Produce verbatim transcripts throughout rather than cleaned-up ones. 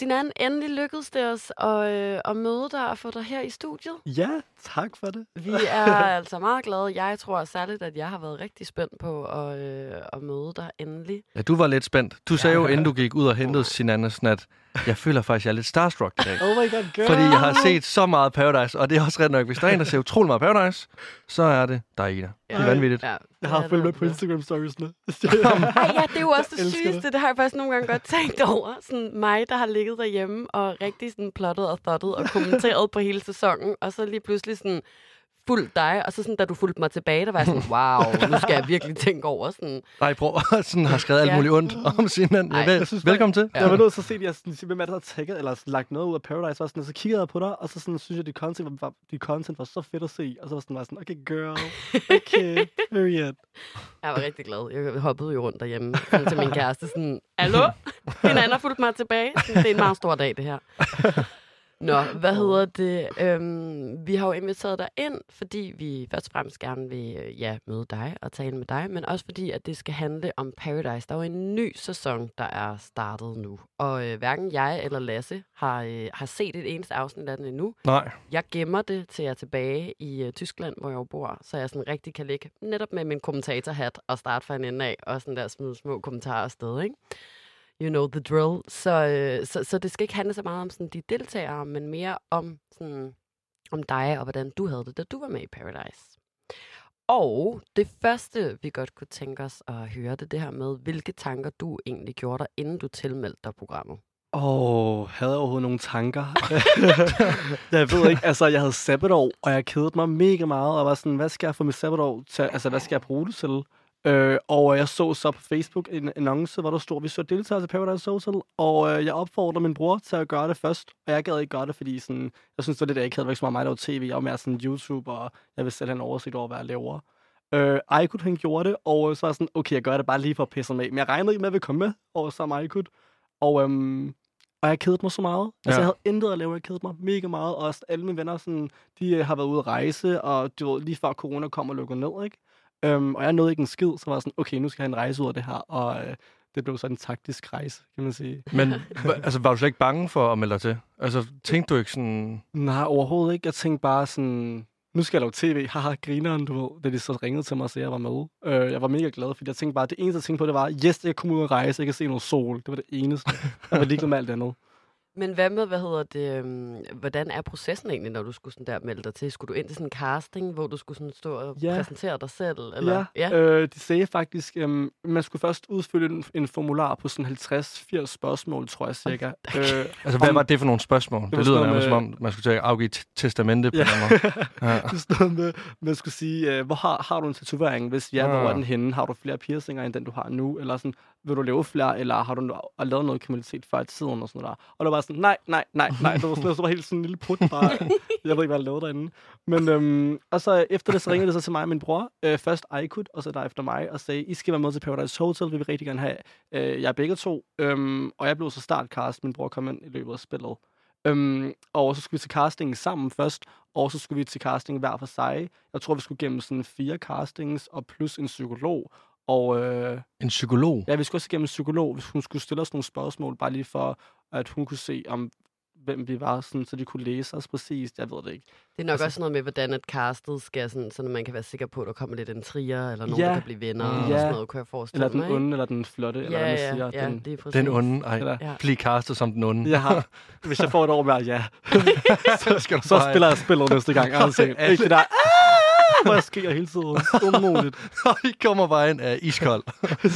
Sinan, endelig lykkedes det os at, øh, at møde dig og få dig her i studiet. Ja, tak for det. Vi er altså meget glade. Jeg tror særligt, at jeg har været rigtig spændt på at, øh, at møde dig endelig. Ja, du var lidt spændt. Du sagde jo, inden du gik ud og hentede Sinan, sådan at jeg føler faktisk, at jeg er lidt starstruck i dag. Oh my god, girl. Fordi jeg har set så meget Paradise, og det er også ret nok. Hvis der er en, der ser utrolig meget Paradise, så er det dig, Ida. Det er vanvittigt. Ja, jeg har fulgt med på Instagram-storiesne. Ej, ja, det er jo også det sygeste. Det. det har jeg faktisk nogle gange godt tænkt over. Sådan mig, der har ligget derhjemme og rigtig sådan plottet og thottet og kommenteret på hele sæsonen, og så lige pludselig sådan fulgt dig, og så sådan, da du fulgte mig tilbage, der var jeg sådan, wow, nu skal jeg virkelig tænke over sådan... Nej, prøv, sådan har skrevet alt Ja. muligt ondt om Sinan. Ej, Vel, synes, velkommen til. Ja. Jeg var nødt til at se, at jeg sådan, hvem er der har tagget, eller sådan, lagt noget ud af Paradise, og, sådan, og så kiggede jeg på dig, og så sådan, synes jeg, at dit content var, dit content var så fedt at se, og så var sådan, var sådan okay, girl, okay, period. Jeg var rigtig glad. Jeg hoppede jo rundt derhjemme sådan til min kæreste, sådan, hallo? En anden har fulgt mig tilbage. Sådan, det er en meget stor dag, det her. Nå, hvad hedder det? Øhm, vi har jo inviteret dig ind, fordi vi først og fremmest gerne vil øh, ja, møde dig og tale med dig, men også fordi, at det skal handle om Paradise. Der er jo en ny sæson, der er startet nu, og øh, hverken jeg eller Lasse har, øh, har set et eneste afsnit af den endnu. Nej. Jeg gemmer det til jeg er tilbage i øh, Tyskland, hvor jeg jo bor, så jeg sådan rigtig kan ligge netop med min kommentatorhat og starte fra en ende af, og sådan der smide små kommentarer afsted, ikke? You know the drill. Så, øh, så, så det skal ikke handle så meget om sådan, de deltagere, men mere om, sådan, om dig og hvordan du havde det, da du var med i Paradise. Og det første, vi godt kunne tænke os at høre, det det her med, hvilke tanker du egentlig gjorde dig, inden du tilmeldte dig programmet. Åh, oh, havde jeg overhovedet nogle tanker? Jeg ved ikke, altså jeg havde sabbatår, og jeg kedede mig mega meget, og var sådan, hvad skal jeg få mit sabbatår til, altså hvad skal jeg bruge det til? Øh, og jeg så så på Facebook en annonce, hvor der stod, vi så deltager til Paradise Hotel, og øh, jeg opfordrer min bror til at gøre det først, og jeg gad ikke gøre det, fordi sådan, jeg synes, det var lidt akavet, det var ikke så meget mig, der var tv, jeg var mere sådan YouTube, og jeg vil selv have en oversigt over, hvad jeg laver. Øh, Aykut, han gjorde det, og så var jeg sådan, okay, jeg gør det bare lige for at pisse mig af, men jeg regnede ikke med, at jeg ville komme med over sammen med Aykut, og, øhm, og jeg kedede mig så meget. Ja. Altså, jeg havde intet at lave, jeg kedede mig mega meget, og også alle mine venner, sådan, de øh, har været ude at rejse, og du ved, lige før corona kom og lukkede ned, ikke? Um, og jeg nåede ikke en skid, så var jeg sådan, okay, nu skal jeg have en rejse ud af det her, og øh, det blev sådan en taktisk rejse, kan man sige. Men altså, var du slet ikke bange for at melde dig til? Altså, tænkte du ikke sådan... Nej, overhovedet ikke. Jeg tænkte bare sådan, nu skal jeg lave tv, haha, grineren, du ved, da de så ringede til mig, så jeg var med. Uh, jeg var mega glad, fordi jeg tænkte bare, det eneste, jeg tænkte på, det var, yes, jeg kom ud og rejse, jeg kan se noget sol. Det var det eneste. Jeg var ligeglad med alt andet. Men hvad med, hvad hedder det, øhm, hvordan er processen egentlig, når du skulle sådan der melde dig til? Skulle du ind til sådan en casting, hvor du skulle sådan stå og ja. præsentere dig selv? Eller? Ja, ja. Øh, de sagde faktisk, øhm, man skulle først udfylde en, en formular på sådan halvtreds til firs spørgsmål, tror jeg cirka. øh, altså, hvad var det for nogle spørgsmål? Det, det lyder nærmest som om, man skulle til at afgive t- testamente på ja. den måde. Ja. Det stod med, man skulle sige, øh, hvor har, har du en tatovering? Hvis ja, hvor er den henne? Har du flere piercinger, end den du har nu? Eller sådan, vil du lave flere, eller har du lavet noget kriminalitet før i tiden og sådan noget der? Og der var sådan, nej, nej, nej, nej. Det var, sådan, det var helt sådan en lille put bare. Jeg ved ikke, hvad jeg lavede derinde. Men, øhm, og så efter det, så ringede det så til mig og min bror. Øh, først Aykut, og så der efter mig, og sagde, I skal være med til Paradise Hotel, vi vil rigtig gerne have øh, jer begge to. Øhm, og jeg blev så startcast, min bror kom ind i løbet af spillet. Øhm, og så skulle vi til castingen sammen først, og så skulle vi til casting hver for sig. Jeg tror, vi skulle gennem sådan fire castings, og plus en psykolog. Og, øh, en psykolog? Ja, vi skulle også igennem en psykolog, hvis hun skulle stille os nogle spørgsmål, bare lige for, at hun kunne se, om hvem vi var, sådan, så de kunne læse os præcist. Jeg ved det ikke. Det er nok altså, også noget med, hvordan et castet skal, sådan, så man kan være sikker på, at der kommer lidt en trier, eller nogen, ja, der kan blive venner, ja, og sådan noget, kunne jeg forestille mig. Eller den onde, eller den flotte, ja, eller hvad man ja, siger. Ja, den, det er den onde, ej. Ja. Bliv castet som den onde. Jeg har, hvis jeg får et år mere, ja. så skal du så spiller jeg spillet næste gang. Altså, ikke det der, hvor jeg sker hele tiden. Umuligt. Og I kommer bare ind af iskold.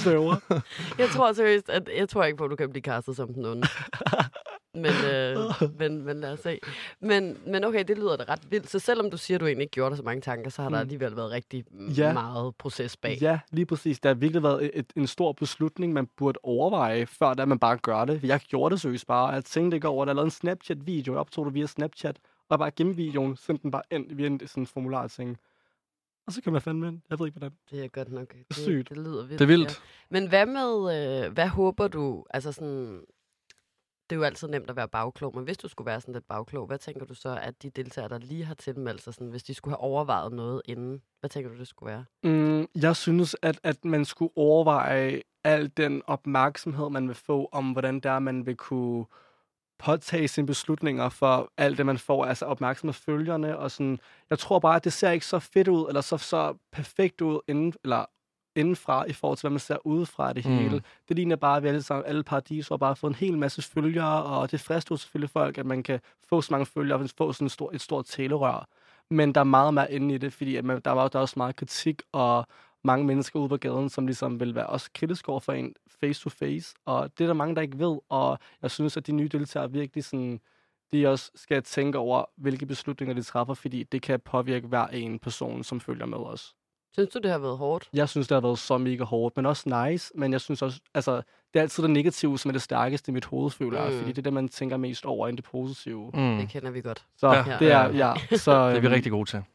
Jeg tror seriøst, at jeg tror ikke på, at du kan blive castet som den onde. Men, øh, men, men lad os se. Men, men okay, det lyder da ret vildt. Så selvom du siger, at du egentlig ikke gjorde dig så mange tanker, så har der alligevel været rigtig ja. meget proces bag. Ja, lige præcis. Der har virkelig været et, et, en stor beslutning, man burde overveje, før da man bare gør det. Jeg gjorde det seriøst bare. Jeg tænkte ikke over, at der lavede en Snapchat-video. Jeg optog det via Snapchat, og jeg bare gennem videoen sendte den bare ind via en sådan formular-ting. Og så kan man fandme ind. Jeg ved ikke, hvordan. Det er godt nok. Det, sygt. Det lyder vildt. Det er vildt. Ja. Men hvad med, øh, hvad håber du, altså sådan... Det er jo altid nemt at være bagklog, men hvis du skulle være sådan lidt bagklog, hvad tænker du så, at de deltagere, der lige har tilmeldt sig, sådan, hvis de skulle have overvejet noget inden, hvad tænker du, det skulle være? Mm, jeg synes, at, at man skulle overveje al den opmærksomhed, man vil få, om hvordan der man vil kunne påtage sine beslutninger for alt det, man får, altså opmærksomhed af følgerne, og sådan, jeg tror bare, at det ser ikke så fedt ud, eller så, så perfekt ud inden, eller indenfra, i forhold til, hvad man ser udefra det hele. Mm. Det ligner bare, at vi alle, sammen, alle paradiser har bare fået en hel masse følgere, og det frister jo selvfølgelig folk, at man kan få så mange følgere, og få sådan en stor, et stort talerør. Men der er meget mere inde i det, fordi at man, der var der er også meget kritik, og mange mennesker ude på gaden, som ligesom vil være også kritisk over for en face to face, og det er der mange, der ikke ved, og jeg synes, at de nye deltagere virkelig sådan, de også skal tænke over, hvilke beslutninger de træffer, fordi det kan påvirke hver en person, som følger med os. Synes du, det har været hårdt? Jeg synes, det har været så mega hårdt, men også nice, men jeg synes også, altså, det er altid det negative, som er det stærkeste i mit hoved, føler jeg, mm. fordi det er det, man tænker mest over, end det positive. Mm. Det kender vi godt. Så ja. det er, ja. Så, det er vi rigtig gode til.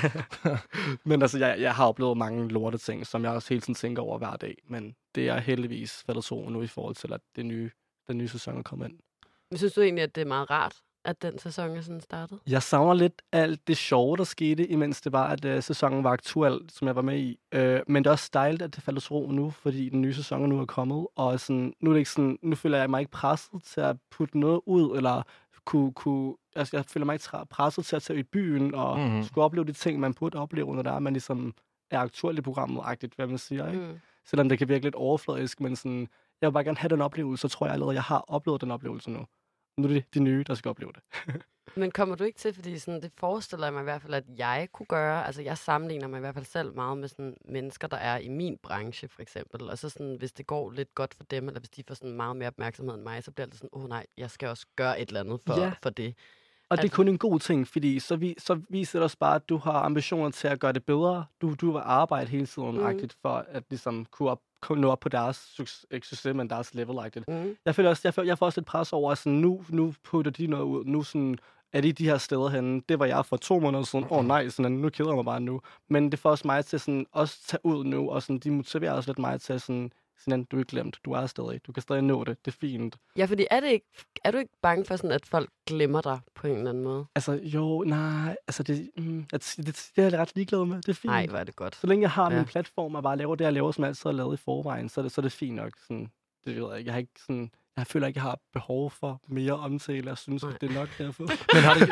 Men altså, jeg, jeg har oplevet mange lorte ting, som jeg også hele tiden tænker over hver dag, men det er heldigvis faldet så nu i forhold til, at det nye, den nye sæson er kommet ind. Men synes du egentlig, at det er meget rart, at den sæson er sådan startet? Jeg savner lidt alt det sjove, der skete, imens det var, at uh, sæsonen var aktuel, som jeg var med i. Uh, men det er også dejligt, at det faldt til ro nu, fordi den nye sæson nu er kommet. Og sådan, nu, er det ikke sådan, nu føler jeg mig ikke presset til at putte noget ud, eller kunne, kunne, altså, jeg føler mig ikke presset til at tage i byen, og mm-hmm. skulle opleve de ting, man burde opleve, når der er, man ligesom er aktuel i programmet-agtigt, hvad man siger. Ikke? Mm. Selvom det kan virke lidt overfladisk, men sådan, jeg vil bare gerne have den oplevelse, så tror jeg allerede, jeg har oplevet den oplevelse nu. Nu er det de nye, der skal opleve det. Men kommer du ikke til, fordi sådan, det forestiller jeg mig i hvert fald, at jeg kunne gøre, altså jeg sammenligner mig i hvert fald selv meget med sådan mennesker, der er i min branche, for eksempel. Og så sådan, hvis det går lidt godt for dem, eller hvis de får sådan meget mere opmærksomhed end mig, så bliver det sådan, åh oh, nej, jeg skal også gøre et eller andet for, ja. for det. Og det er kun en god ting, fordi så, vi, så viser det også bare, at du har ambitioner til at gøre det bedre. Du, du vil arbejde hele tiden mm. for at ligesom kunne op, nå op på deres succes, men deres level-agtigt. Mm. Jeg føler også, jeg, føler, jeg får også lidt pres over, at sådan, nu, nu putter de noget ud. Nu sådan, er de de her steder henne. Det var jeg for to måneder siden. Åh oh, nej, sådan, nu keder jeg mig bare nu. Men det får også mig til sådan, også tage ud nu, og sådan, de motiverer også lidt mig til sådan, sådan, du er ikke glemt. Du er stadig. Du kan stadig nå det. Det er fint. Ja, fordi er, det ikke, er du ikke bange for, sådan, at folk glemmer dig på en eller anden måde? Altså, jo, nej. Altså, det, mm, det, det, det er jeg ret ligeglad med. Det er fint. Nej, hvor er det godt. Så længe jeg har ja. min platform og bare laver det, jeg laver, som jeg altid har lavet i forvejen, så er det, så er det fint nok. Sådan, det ved jeg ikke. Jeg har ikke sådan... Jeg føler ikke, jeg har behov for mere omtale. Jeg synes, at det er nok derfor. Men har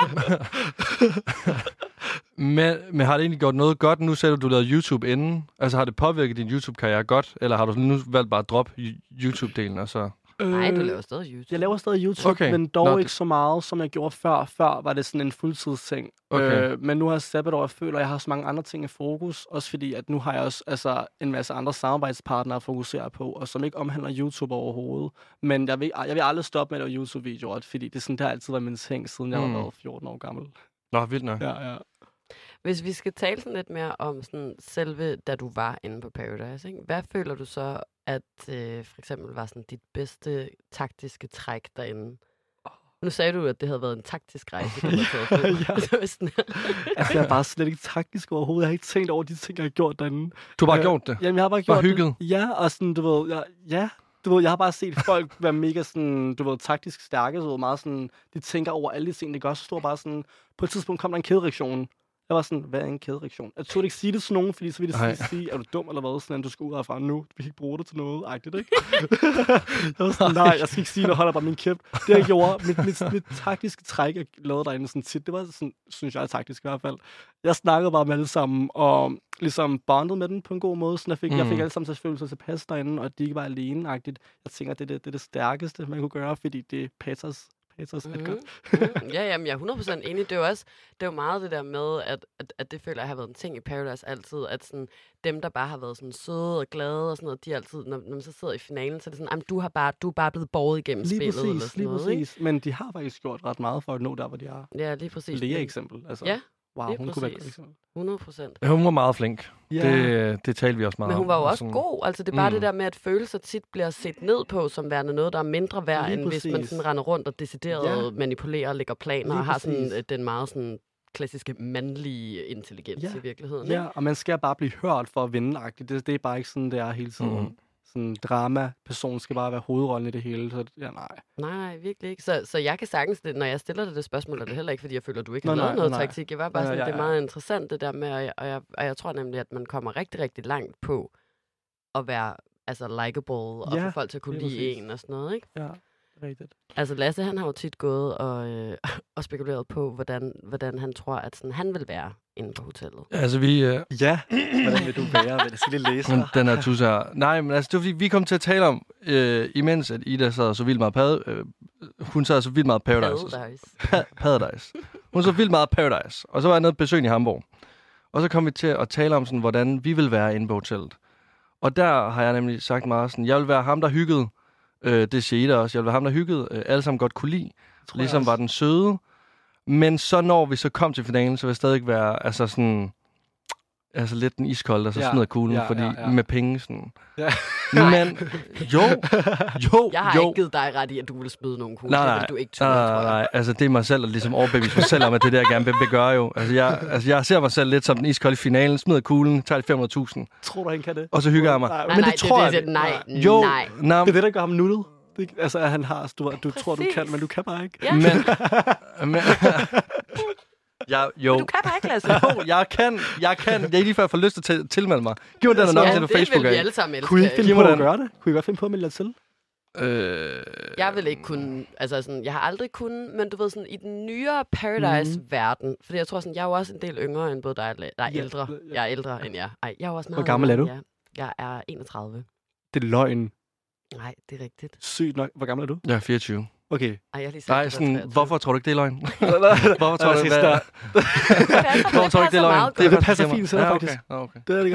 det... men, men har det egentlig gjort noget godt? Nu sagde du, du lavede YouTube inden. Altså har det påvirket din YouTube-karriere godt? Eller har du nu valgt bare at droppe YouTube-delen og så... Nej, du laver stadig YouTube. Jeg laver stadig YouTube, okay. men dog Nå, ikke det... så meget, som jeg gjorde før. Før var det sådan en fuldtidsting. Okay. Øh, men nu har jeg sabbatår, jeg føler, at jeg har så mange andre ting i fokus. Også fordi, at nu har jeg også altså, en masse andre samarbejdspartnere at fokusere på, og som ikke omhandler YouTube overhovedet. Men jeg vil, jeg vil aldrig stoppe med at lave YouTube-videoer, fordi det er sådan, der altid været min ting, siden jeg mm. var fjorten år gammel. Nå, vildt nok. Ja, ja. Hvis vi skal tale sådan lidt mere om sådan selve, da du var inde på Paradise, ikke? Hvad føler du så, at øh, for eksempel var sådan dit bedste taktiske træk derinde? Nu sagde du, at det havde været en taktisk rejse, du havde taget på. ja. altså, jeg er bare slet ikke taktisk overhovedet. Jeg har ikke tænkt over de ting, jeg har gjort derinde. Du har bare øh, gjort det? Jamen, jeg har bare gjort bare hygget. det. Ja, og sådan, du ved, jeg, ja, du ved, jeg har bare set folk være mega sådan, du ved, taktisk stærke, så meget sådan, de tænker over alle de ting, de gør, så står bare sådan, på et tidspunkt kom der en kædereaktion. Jeg var sådan, hvad er en kædereaktion? Jeg turde ikke sige det til nogen, fordi så ville det sige, er du dum eller hvad? Sådan, du skal ud herfra nu. Du vil ikke bruge det til noget. Agtigt, ikke? jeg var sådan, nej, jeg skal ikke sige det. Holder bare min kæft. Det jeg gjorde, mit, mit, mit taktiske træk, jeg lavede derinde sådan tit, det var sådan, synes jeg er taktisk i hvert fald. Jeg snakkede bare med alle sammen, og ligesom bondede med den på en god måde. Sådan, jeg, fik, mm. jeg fik alle sammen til følelser til pas derinde, og de ikke var alene-agtigt. Jeg tænker, det er det, det, er det stærkeste, man kunne gøre, fordi det er Peters Mm, mm, ja, jamen, jeg er hundrede procent enig. Det er jo også det er jo meget det der med, at, at, at det føler jeg har været en ting i Paradise altid, at sådan, dem, der bare har været sådan søde og glade og sådan noget, de altid, når, når man så sidder i finalen, så er det sådan, du, har bare, du er bare blevet båret igennem lige spillet. Præcis, eller sådan lige noget, præcis. Ikke? Men de har faktisk gjort ret meget for at nå der, hvor de er. Ja, lige præcis. Lea eksempel. Altså. Ja. Wow, lige hun præcis. kunne være et eksempel. hundrede procent. Hun var meget flink. Yeah. Det, det talte vi også meget om. Men hun var jo også sådan... god. Altså, det er bare mm. det der med, at følelser tit bliver set ned på som værende noget, der er mindre værd, lige end præcis. hvis man sådan render rundt og decideret yeah. manipulerer og lægger planer lige og har sådan, øh, den meget sådan klassiske mandlige intelligens yeah. i virkeligheden. Ja, yeah. og man skal bare blive hørt for at vinde-agtigt. Det, det er bare ikke sådan, det er hele tiden. Mm. Sådan drama, personen skal bare være hovedrollen i det hele, så ja, nej. Nej, nej, virkelig ikke. Så, så jeg kan sagtens, det, når jeg stiller dig det spørgsmål, er det heller ikke, fordi jeg føler, at du ikke har nej, lavet noget nej. taktik. Jeg var bare nej, sådan, ja, ja. det er meget interessant det der med, og jeg, og, jeg, og jeg tror nemlig, at man kommer rigtig, rigtig langt på at være altså likable, og ja, få folk til at kunne lide en og sådan noget, ikke? Ja. rigtigt. Altså Lasse, han har jo tit gået og, øh, og spekuleret på, hvordan, hvordan han tror, at sådan, han vil være inde på hotellet. Altså, vi... Øh... Ja, hvordan vil du være? Vil jeg sige lidt læse? Men den her tusse her. Nej, men altså, det var fordi, vi kom til at tale om, øh, imens at Ida sad så vildt meget pad, øh, hun sad så vildt meget Paradise. Paradise. Pa- Paradise. Hun så vildt meget Paradise. Og så var jeg nede og besøg i Hamburg. Og så kom vi til at tale om, sådan, hvordan vi vil være inde på hotellet. Og der har jeg nemlig sagt meget sådan, jeg vil være ham, der hyggede. Øh, det siger Ida også. Jeg vil være ham, der hyggede. Øh, alle sammen godt kunne lide. Ligesom var den søde. Men så når vi så kom til finalen, så vil jeg stadig være altså sådan... Altså lidt den iskold, der så Ja, smider kuglen, ja, fordi ja, ja. med penge sådan. Ja. Men jo, jo, Jeg har jo. ikke givet dig ret i, at du ville smide nogen kugler. Nej, Det nej, vil du ikke turde, nej, tror nej, jeg. nej, altså det er mig selv, der ligesom overbevise mig selv om, at det er det, jeg gerne vil, vil gøre jo. Altså jeg, altså jeg ser mig selv lidt som den iskolde i finalen, smider kuglen, tager de fem hundrede tusind, Tror du, han kan det? og så hygger jeg mig. Nej, Nej, men nej, det tror jeg. det, det, nej, Jo, nej. nej, Det er det, der gør ham nuttet. Det, altså, at han har... Du, du tror, du Præcis. kan, men du kan bare ikke. Ja. men... men ja, jo. Men du kan bare ikke, Lasse. Jo, jeg kan, jeg kan. Jeg er lige før, jeg får lyst til at tilmelde mig. Giv mig den her Ja, nummer til på det Facebook vil vi af. alle sammen elske. Kunne I ikke finde Giv på mig at den. gøre det? Kunne I godt finde på at melde jer til? Øh, Jeg vil ikke kunne, altså sådan, jeg har aldrig kunnet, men du ved sådan, i den nyere Paradise-verden, mm. fordi jeg tror sådan, jeg er jo også en del yngre end både dig, nej, Ja, ældre, ja. jeg er ældre end jer. Ej, jeg er jo også meget Hvor gammel er yngre du? end jer. Jeg er enogtredive. Det er løgn. Nej, det er rigtigt. Sygt nok. Hvor gammel er du? jeg er fireogtyve. Okay. Ej, jeg har lige sagt, Nej, det var sådan, treogtyve. hvorfor tror du ikke, det er løgn? Hvorfor Hvorfor tror du ikke, det? hvad? Det passer, Hvorfor tror du ikke, det er løgn? meget Det godt. passer faktisk fint til mig. dig, Ja, faktisk. okay. Nå, okay. Det er det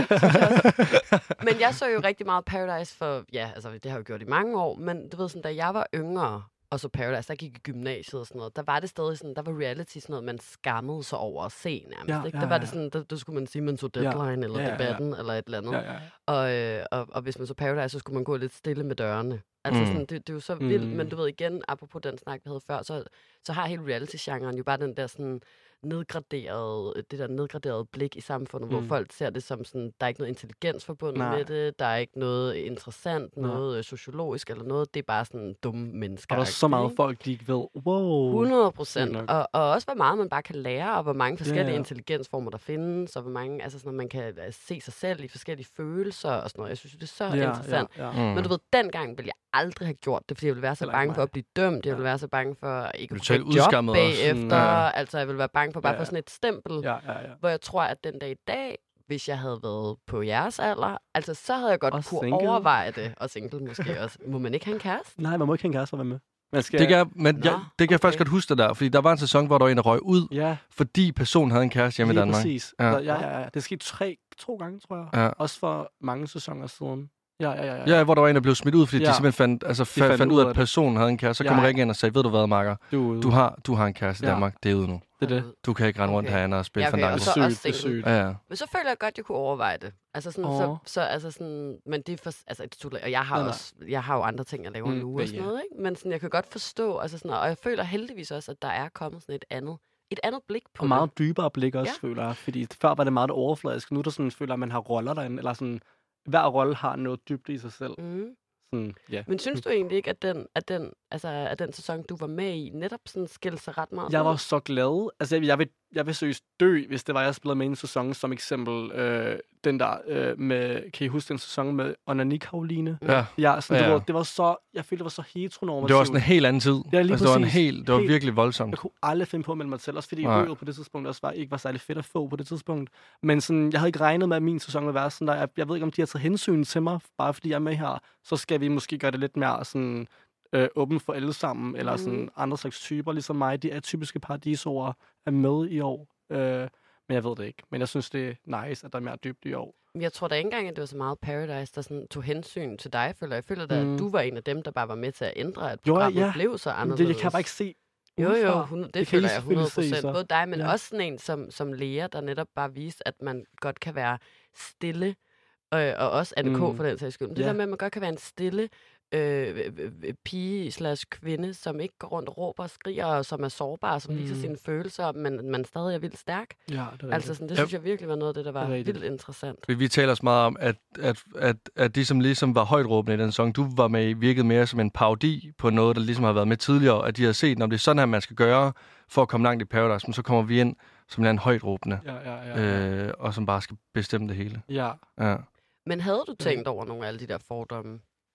godt. Men jeg så jo rigtig meget Paradise for, ja, altså det har jeg jo gjort i mange år, men du ved sådan, da jeg var yngre, og så Paradise, der gik i gymnasiet og sådan noget, der var det stadig sådan, der var reality sådan noget, man skammede sig over at se nærmest, Ja, ikke? ja, Der var ja. det sådan, der, der skulle man sige, man så Ja. Deadline eller Ja, ja, ja. Debatten eller et eller andet. Ja, ja. Og, øh, og, og hvis man så Paradise, så skulle man gå lidt stille med dørene. Altså Mm. sådan, det, det er jo så vildt, Mm. men du ved igen, apropos den snak, vi havde før, så, så har hele reality-genren jo bare den der sådan nedgraderede, det der nedgraderede blik i samfundet, mm. hvor Mm. folk ser det som sådan, der er ikke noget intelligens forbundet Nej. med det, der er ikke noget interessant, Nej. noget øh, sociologisk eller noget, det er bare sådan dumme mennesker. Og der er så meget folk, de ikke ved. Wow. hundrede procent. Sygt nok. Og, og også, hvor meget man bare kan lære, og hvor mange forskellige Ja, ja. intelligensformer, der findes, og hvor mange, altså sådan, at man kan øh, se sig selv i forskellige følelser og sådan noget. Jeg synes, det er så Ja, interessant. Ja, ja. Mm. Men du ved, dengang ville jeg aldrig have gjort det, fordi jeg ville være så Heller ikke bange for mig. at blive dømt. Jeg ville Ja. være så bange for at ikke Du at få et talte job udskammet også. bagefter. Ja. Altså, jeg ville være bange for bare Ja, at få ja. sådan et stempel. Ja, ja, ja. Hvor jeg tror, at den dag i dag, hvis jeg havde været på jeres alder, altså så havde jeg godt Og kunne single. overveje det. Og single måske også. Må man ikke have en kæreste? Nej, man må ikke have en kæreste for at være med. Man skal... Det kan, jeg, men Nå, jeg, det kan jeg faktisk okay. godt huske det der, fordi der var en sæson, hvor der var en, der røg ud, Ja, fordi personen havde en kæreste hjemme i lige Danmark. præcis. Ja. Ja. Ja, ja, ja. Det skete tre, to gange, tror jeg. Ja. Også for mange sæsoner siden. Ja, ja, ja. Ja, hvor der var en, der blev smidt ud, fordi ja. Ja. de simpelthen fandt, altså, fandt, fandt fandt ud ud af af, at det. personen havde en kæreste. Så kom Ja. Rikke ind og sagde, ved du hvad, Marker? Du, Du har, du har en kæreste i Ja. Danmark, det er ude nu. det er det. Du kan ikke rende rundt Okay. herinde og spille Ja, okay, fandango. og Det så er også sygt, det er single. sygt. Ja, ja. Men så føler jeg godt, at jeg kunne overveje det. Altså sådan, Åh. så, så, altså sådan, men det er for, altså, et too late. Og jeg har, Nej, nej. også, jeg har jo andre ting, jeg laver Mm, nu og men sådan ja. noget, ikke? Men sådan, jeg kan godt forstå, altså sådan, og jeg føler heldigvis også, at der er kommet sådan et andet, et andet blik på Og meget dybere blik også, Ja. føler jeg. Fordi før var det meget overfladisk. Nu er der sådan, føler jeg, at man har roller derinde. Eller sådan, hver rolle har noget dybde i sig selv. det. Mm. Sådan, ja. Men synes du egentlig ikke, at den, at den, altså, at den sæson, du var med i, netop sådan skilte sig ret meget Jeg ud? var så glad. Altså, jeg, jeg, vil, jeg vil seriøst dø, hvis det var, jeg spillede med i en sæson, som eksempel øh, den der øh, med, kan I huske den sæson med Onani Karoline? Ja. Ja, sådan, Ja. Det, var, det var så, jeg følte, det var så heteronormativt. Det var sådan en helt anden tid. Ja, lige altså, det var, en præcis. helt, det var Helt- virkelig voldsomt. Jeg kunne aldrig finde på at melde mig til, også fordi Nej. røvet på det tidspunkt også var, ikke var særlig fedt at få på det tidspunkt. Men sådan, jeg havde ikke regnet med, at min sæson ville være sådan der. Jeg, jeg ved ikke, om de har taget hensyn til mig, bare fordi jeg er med her. Så skal vi måske gøre det lidt mere sådan, øh, åben for alle sammen, eller sådan Mhm. andre slags typer, ligesom mig. De atypiske paradisord er med i år. Øh, men jeg ved det ikke. Men jeg synes, det er nice, at der er mere dybde i år. Jeg tror da ikke engang, at det var så meget Paradise, der sådan tog hensyn til dig, føler jeg. Jeg føler da, at Mm. du var en af dem, der bare var med til at ændre, at Jo, programmet ja. blev så Men anderledes. det, jeg kan bare ikke se Jo, jo, udefra. hundrede, det, Det det kan I føler jeg selvfølgelig hundrede se, procent. så. Både dig, men Ja. også sådan en som, som læger, der netop bare viste, at man godt kan være stille, øh, og også Anne K. Mm. for den sags skyld. Men det Ja. der med, at man godt kan være en stille øh, øh, øh, pige slash kvinde, som ikke går rundt og råber og skriger, og som er sårbar, som mm. viser Mm. sine følelser, men man stadig er vildt stærk. Ja, det er Altså rigtigt. sådan, det Ja. synes jeg virkelig var noget af det, der var Det er rigtigt. vildt interessant. Vi, vi taler også meget om, at, at, at, at de, som ligesom var højtråbende i den sæson, du var med i, virkede mere som en parodi på noget, der ligesom har været med tidligere, at de har set, når det er sådan her, man skal gøre for at komme langt i Paradise, men så kommer vi ind som en højtråbende, Ja, ja, ja. ja. øh, og som bare skal bestemme det hele. ja. Ja. Men havde du tænkt over nogle af alle de der fordomme,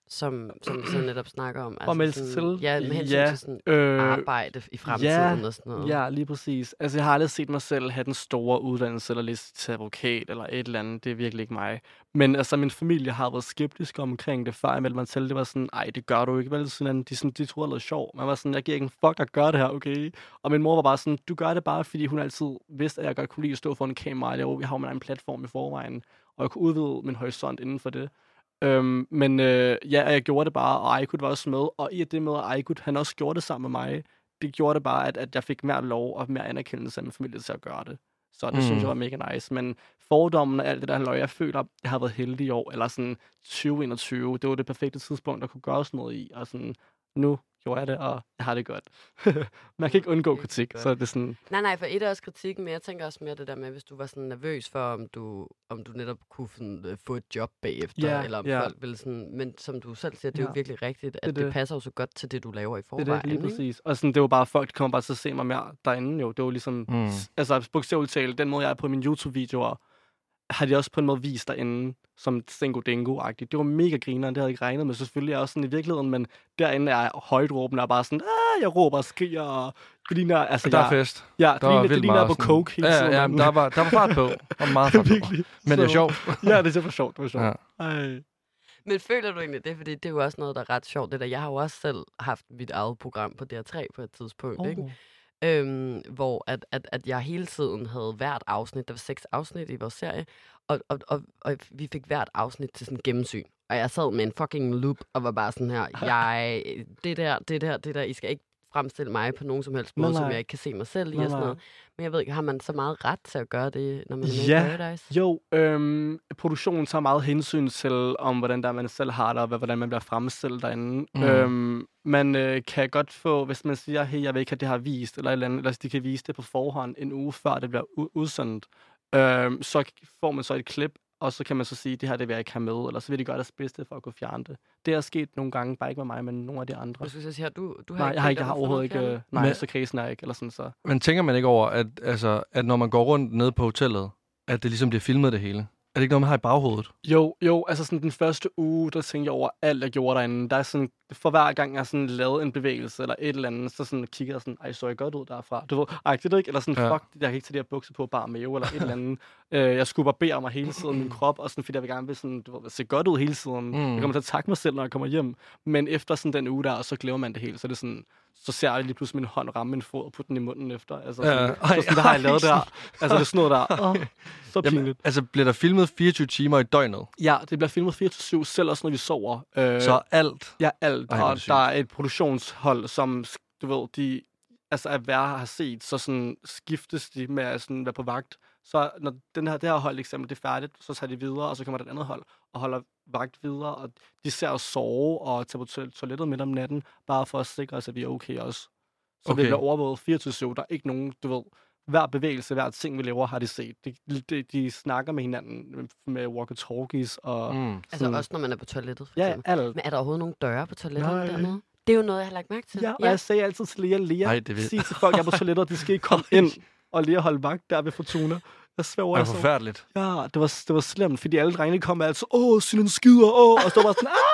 som, som vi så netop snakker om. Og melde sig sådan, til? Ja, med hensyn Ja, til sådan øh, arbejde i fremtiden ja, og sådan noget. Ja, lige præcis. Altså, jeg har aldrig set mig selv have den store uddannelse, eller læse til advokat, eller et eller andet. Det er virkelig ikke mig. Men altså, min familie har været skeptisk omkring det, før jeg meldte mig til. Det var sådan, ej, det gør du ikke, vel? Sådan, de, sådan, de troede, det var sjovt. Man var sådan, jeg giver ikke en fuck at gøre det her, okay? Og min mor var bare sådan, du gør det bare, fordi hun altid vidste, at jeg godt kunne lide at stå foran en kamera. Jeg har jo min egen platform i forvejen, og jeg kunne udvide min horisont inden for det. Øhm, men øh, ja, jeg gjorde det bare, og Aykut var også med. Og i det med, at Aykut, han også gjorde det sammen med mig, det gjorde det bare, at, at jeg fik mere lov og mere anerkendelse af min familie til at gøre det. Så det mm. synes jeg var mega nice. Men fordommen og alt det der løg, jeg føler, jeg har været heldig i år, eller sådan tyve enogtyve, det var det perfekte tidspunkt, at kunne gøre sådan noget i. Og sådan, nu gjorde jeg det, og jeg har det godt. Man kan ikke undgå kritik, så det er sådan... Nej, nej, for et er også kritikken, men jeg tænker også mere det der med, hvis du var sådan nervøs for, om du, om du netop kunne sådan, uh, få et job bagefter, yeah, eller om yeah. folk ville sådan... Men som du selv siger, det er ja. jo virkelig rigtigt, at det, det, det passer jo så godt til det, du laver i forvejen. Det er det, lige præcis. Og sådan, det var bare folk, der kommer bare til at se mig mere derinde jo. Det var ligesom... Mm. Altså, bogstaveligt talt, den måde, jeg er på mine YouTube-videoer, har de også på en måde vist derinde, som Stengo Dingo-agtigt. Det var mega grineren, det havde jeg ikke regnet med. Så selvfølgelig er jeg også sådan i virkeligheden, men derinde er jeg højt råbende og bare sådan, ah, jeg råber og skriger, og det ligner, altså og der jeg, er fest. Ja, der det ligner, det ligner på sådan, coke hele tiden. Ja, ja, der var, der var fart på. Der var meget fart på. Virkelig. Men det er sjovt. Ja, det er for sjovt, det var sjovt. Ja. Ej. Men føler du egentlig det? Fordi det er jo også noget, der er ret sjovt. Det der. Jeg har jo også selv haft mit eget program på D R tre på et tidspunkt, oh. ikke? Øhm, hvor at, at, at jeg hele tiden havde hvert afsnit, der var seks afsnit i vores serie, og, og, og, og vi fik hvert afsnit til sådan en gennemsyn. Og jeg sad med en fucking loop og var bare sådan her, jeg, det der, det der, det der, I skal ikke fremstille mig på nogen som helst måde, som jeg ikke kan se mig selv i og sådan noget. Men jeg ved ikke, har man så meget ret til at gøre det, når man er med ja. i Paradise? Jo, øhm, produktionen tager meget hensyn til, om hvordan der man selv har det, og hvordan man bliver fremstillet derinde. Mm. Øhm, man øh, kan godt få, hvis man siger, hey, jeg vil ikke have det her vist, eller et eller andet, eller de kan vise det på forhånd en uge før det bliver u- udsendt, øhm, så får man så et klip, og så kan man så sige, det her det vil jeg ikke have med, eller så vil de gøre deres bedste for at kunne fjerne det. Det er sket nogle gange, bare ikke med mig, men nogle af de andre. Jeg synes, jeg du, du har nej, ikke jeg har ikke, jeg har overhovedet ikke, øh, nej, men, så krisen er ikke, eller sådan så. Men tænker man ikke over, at, altså, at når man går rundt nede på hotellet, at det ligesom bliver filmet det hele? Er det ikke noget, man har i baghovedet? Jo, jo, altså sådan den første uge, der tænkte jeg over alt, jeg gjorde derinde. Der er sådan, for hver gang jeg sådan lavede en bevægelse eller et eller andet, så sådan kiggede jeg sådan, ej, så jeg godt ud derfra. Du ved, ej, det er ikke, eller sådan, ja. fuck, jeg kan ikke tage de her bukser på, bare mave eller et eller andet. øh, jeg skulle barbere mig hele tiden, min krop, og sådan, fordi jeg vil gerne vil sådan, du ved, se godt ud hele tiden. Mm. Jeg kommer til at takke mig selv, når jeg kommer hjem. Men efter sådan den uge der, og så glemmer man det hele, så er det sådan, så ser jeg lige pludselig min hånd ramme min fod og putte den i munden efter. Altså, sådan, ja. ej, så sådan, der har jeg lavet der. Altså, det er sådan noget der. Oh, så pinligt. Jamen, altså, bliver der filmet fireogtyve timer i døgnet? Ja, det bliver filmet fireogtyve syv, selv også når vi sover. Øh, så alt? Ja, alt. Ej, og der er et produktionshold, som, du ved, de altså er værd at have set, så sådan skiftes de med at sådan være på vagt. Så når den her, det her hold eksempel, det er færdigt, så tager de videre, og så kommer der et andet hold og holder vagt videre, og de ser os sove og tager på toilettet midt om natten, bare for at sikre os, at vi er okay også. Så okay. Vi bliver overvåget fireogtyve syv. Der er ikke nogen, du ved, hver bevægelse, hver ting, vi laver, har de set. De, de, de snakker med hinanden med walkie-talkies og... Mm. Altså også, når man er på toilettet, for ja, eksempel. alt. Men er der overhovedet nogle døre på toilettet dernede? Det er jo noget, jeg har lagt mærke til. Ja, og ja. jeg sagde altid til Lea, Lea, sig til folk, jeg er på toilettet, de skal ikke komme ind og lige holde vagt der ved Fortuna. Jeg svæver altså. Det var forfærdeligt. Ja, det var, det var slemt, fordi alle drengene kom altid, åh, Sylen skider, åh, og så var sådan, aah!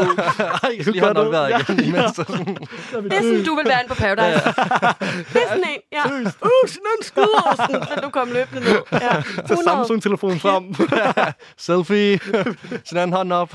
Ej, jeg skal lige have nok været igen. Ja, ja. Det er sådan, du vil være inde på Paradise. Det er sådan en, ja. Uh, Sylen skider, og sådan, så du kom løbende ned. Ja. Så Samsung-telefonen frem. Selfie. Sådan hånd op.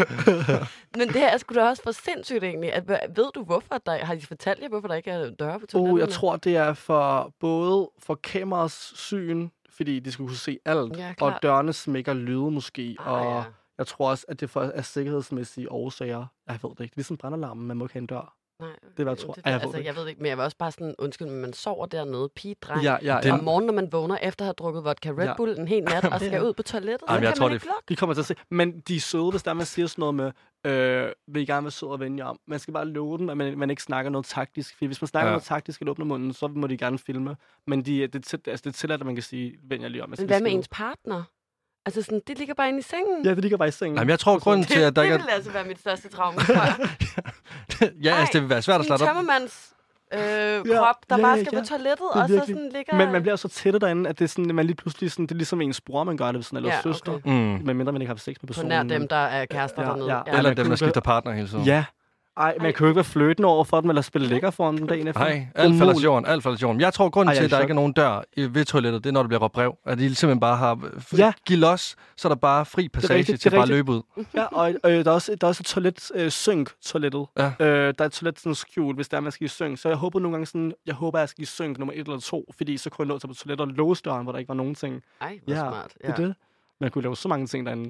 Men det her er sgu da også for sindssygt egentlig. At, ved du, hvorfor der, har de fortalt jer, hvorfor der ikke er døre på toilettet? Oh, jeg tror, det er for både for kameras syn, fordi de skal kunne se alt, ja, og dørene smækker lyde måske, ah, og ja. Jeg tror også, at det for er sikkerhedsmæssige årsager. Jeg ved det ikke. Ligesom brandalarmen, man må ikke have en dør. Nej, det var, jeg tror. Det, det, jeg, altså, ved jeg ved ikke, men jeg var også bare sådan, undskyld, men man sover dernede, pige, dreng, ja, ja, ja. om morgenen, når man vågner efter at have drukket vodka Red Bull ja. en hel nat, og skal ud på toilettet, Jamen, så jeg kan tror, man det ikke lukke. De kommer til at se, men de er søde, hvis der man siger sådan noget med, øh, vil I gerne være søde og vende jer om. Man skal bare love dem, at man, man ikke snakker noget taktisk, for hvis man snakker ja. noget taktisk eller åbner munden, så må de gerne filme, men de, det, det, altså, det er tilladt, at man kan sige, vend jer lige om. Men hvad med ens partner? Altså sådan, det ligger bare inde i sengen. Ja, det ligger bare i sengen. Jamen, jeg tror, grunden til, at der det, ikke det vil altså være mit største traume, tror jeg. ja, altså, det vil være svært at starte op. Tømmermands øh, Ja, krop, der ja, bare ja, skal ja. på toilettet, Det er og så virkelig- sådan ligger... Men man bliver så tætte derinde, at det er sådan, man lige pludselig sådan, det er ligesom ens bror, man gør det sådan, eller Ja, søster. okay. Mm. Men mindre man ikke har sex med på personen. nær men- dem, der er kærester Ja, dernede. ja. Ja. Eller man dem, kunne der ikke- skifter partner hele tiden. Ja. Ej, man Ej. kan jo ikke være fløtende over for dem, eller spille lækker for dem dagen efter. Nej, alt falder til Umuligt. jorden, alt falder til jorden. Jeg tror, grunden Ej, til, jeg er at der i ikke er nogen dør i- ved toilettet, det er, når der bliver råbt brev. At de simpelthen bare har fri, Ja. ja. giv los, så er der bare fri passage rigtigt, til det er bare at rigtigt. løbe ud. Ja, og øh, der, er også, der er også et toilet, øh, synk-toilettet. Ja. Øh, der er et toilet sådan skjult, hvis der er, man skal i synk. Så jeg håber nogle gange sådan, jeg håber, jeg skal i synk nummer et eller to, fordi så kunne jeg nå til på toilettet og låse døren, hvor der ikke var nogen ting. Ej, hvor Ja, smart. Ja. Det er det. Man kunne lave så mange ting derinde.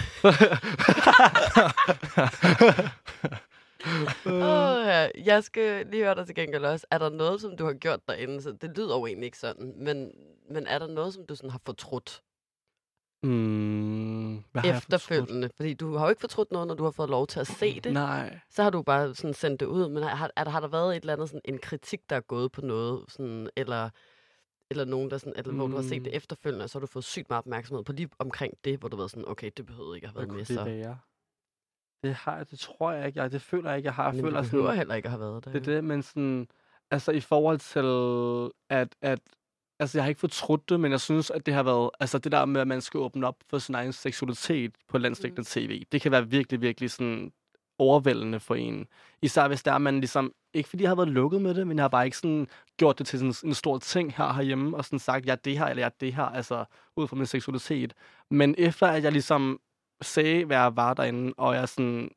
Åh, ja. Jeg skal lige høre dig til gengæld også. Er der noget, som du har gjort derinde? Så det lyder jo egentlig ikke sådan, men, men er der noget, som du sådan har fortrudt Mm, hvad har jeg fortrudt? efterfølgende? Fordi du har jo ikke fortrudt noget, når du har fået lov til at se det. Nej. Så har du bare sådan sendt det ud. Men har, er der, har der været et eller andet, sådan en kritik, der er gået på noget? Sådan, eller, eller nogen, der sådan, eller, hvor du har set det Mm. efterfølgende, og så har du fået sygt meget opmærksomhed på lige omkring det, hvor du ved sådan, okay, det behøvede ikke at have Hvad været kunne med. det Så. være? Det har jeg, det tror jeg ikke. Jeg, det føler jeg ikke, jeg har. Jeg Men føler det behøver sådan, heller ikke at have været der. det er det, men sådan, altså i forhold til, at, at altså jeg har ikke fortrudt det, men jeg synes, at det har været, altså det der med, at man skal åbne op for sin egen seksualitet på landsdækkende tv, det kan være virkelig, virkelig sådan overvældende for en. Især hvis der er man ligesom, ikke fordi jeg har været lukket med det, men jeg har bare ikke sådan gjort det til sådan en stor ting her herhjemme, og sådan sagt, jeg er det her, eller jeg er det her, altså ud fra min seksualitet. Men efter at jeg ligesom sagde, hvad jeg var derinde, og jeg sådan,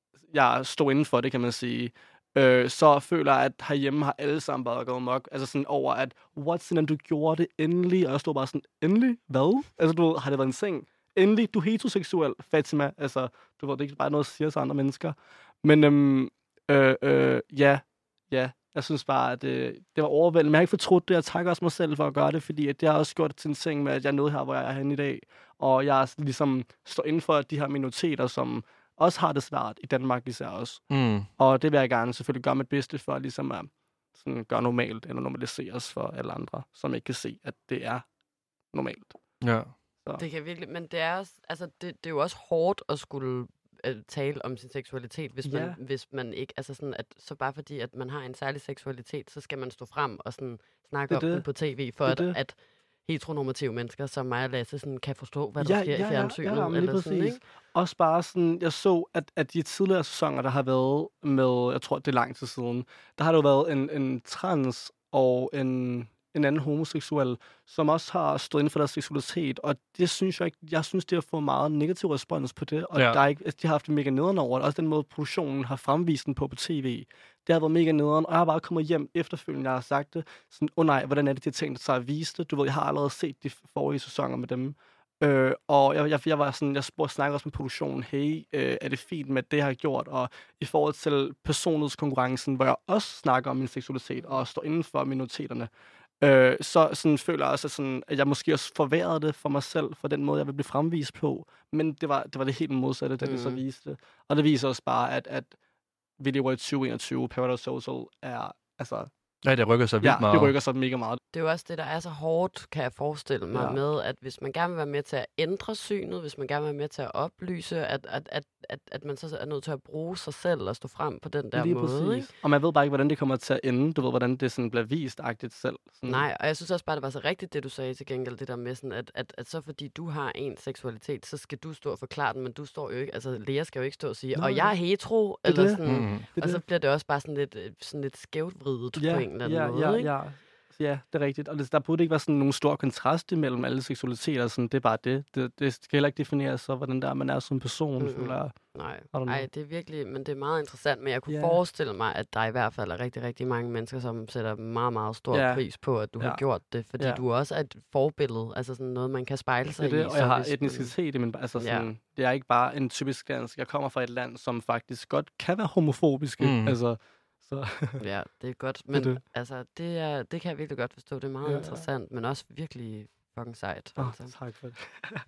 jeg stod inden for det, kan man sige, øh, så føler jeg, at herhjemme har alle sammen bare gået mok. Altså sådan over, at what, sådan du gjorde det endelig, og jeg stod bare sådan, endelig? Hvad? Altså du ved, har det været en seng? Endelig, du er heteroseksuel, Fatima. Altså, du ved, det er ikke bare noget, jeg siger til andre mennesker. Men øhm, øh, øh, ja, ja, jeg synes bare, at øh, det var overvældende. Men jeg har ikke fortrudt det. Jeg takker også mig selv for at gøre det, fordi at jeg har også gjort det til en ting med, at jeg er nede her, hvor jeg er henne i dag. Og jeg er ligesom står inden for de her minoriteter, som også har det svært i Danmark især også. Mm. Og det vil jeg gerne selvfølgelig gøre mit bedste for, ligesom at sådan, gøre normalt, eller normaliseres for alle andre, som ikke kan se, at det er normalt. Ja. Det kan virkelig, men det er, også, altså, det, det er jo også hårdt at skulle uh, tale om sin seksualitet, hvis man, Ja. hvis man ikke, altså sådan, at så bare fordi, at man har en særlig seksualitet, så skal man stå frem og sådan snakke Det er om det. den på tv, for Det er at, det. at heteronormative mennesker som mig og Lasse sådan, kan forstå, hvad der Ja, sker ja, i ja, fjernsynet. ja, men lige eller sådan, præcis. ikke? Også bare sådan, jeg så, at, at de tidligere sæsoner, der har været med, jeg tror, det er lang tid siden, der har der jo været en, en trans og en, en anden homoseksuel, som også har stået inden for deres seksualitet, og det synes jeg ikke, jeg synes, de har fået meget negativ respons på det, og Ja. ja. der er ikke, altså, de har haft det mega nederen over det, også den måde, produktionen har fremvist den på på tv. Det har været mega nederen, og jeg har bare kommet hjem efterfølgende, jeg har sagt det, sådan, åh oh, nej, hvordan er det, de har tænkt sig at vise det? Du ved, jeg har allerede set de forrige sæsoner med dem, Øh, og jeg, jeg, jeg var sådan, jeg spurgte, snakkede også med produktionen, hey, øh, er det fint med det, jeg har gjort? Og i forhold til personlighedskonkurrencen, hvor jeg også snakker om min seksualitet og står inden for minoriteterne, øh, så sådan, føler jeg også, at, sådan, at jeg måske også forværrede det for mig selv, for den måde, jeg vil blive fremvist på. Men det var det, var det helt modsatte, da mm. det så viste. Og det viser også bare, at, at vi lever i tyve enogtyve, Paradise Hotel er, altså, Ja, det rykker sig vildt ja, meget. det rykker sig mega meget. Det er jo også det, der er så hårdt, kan jeg forestille mig, Ja. ja. med, at hvis man gerne vil være med til at ændre synet, hvis man gerne vil være med til at oplyse, at, at, at, at, at man så er nødt til at bruge sig selv og stå frem på den der Lige måde. præcis. Ikke? Og man ved bare ikke, hvordan det kommer til at ende. Du ved, hvordan det sådan bliver vist-agtigt selv. Sådan. Nej, og jeg synes også bare, det var så rigtigt, det du sagde til gengæld, det der med sådan, at, at, at så fordi du har en seksualitet, så skal du stå og forklare den, men du står jo ikke, altså Lea skal jo ikke stå og sige, Nej. og jeg er hetero, Det er eller det. sådan, Mm. Det er og så det. bliver det også bare sådan lidt, øh, sådan lidt skævt vridet ja, på en eller anden ja, måde, ja, ikke? ja. Ja, det er rigtigt. Og det, der burde ikke være sådan nogen stor kontrast imellem alle seksualiteter. Sådan, det er bare det. Det, det skal heller ikke defineres så, hvordan der man er som person, Mm-mm. føler jeg. Nej, I don't know. Ej, det er virkelig, men det er meget interessant, men jeg kunne Ja. yeah. forestille mig, at der i hvert fald er rigtig, rigtig mange mennesker, som sætter meget, meget stor Ja. pris på, at du Ja. har gjort det, fordi Ja. du også er et forbillede, altså sådan noget, man kan spejle Det sig er det, i. og så jeg har hvis man- etnicitet i min... Altså Ja. sådan, det er ikke bare en typisk dansk. Jeg kommer fra et land, som faktisk godt kan være homofobiske. Mm. Altså, så... Ja, det er godt, men det. altså, det, er, det kan jeg virkelig godt forstå. Det er meget Ja, ja, ja. interessant, men også virkelig fucking sejt. Oh, Altså. tak for det.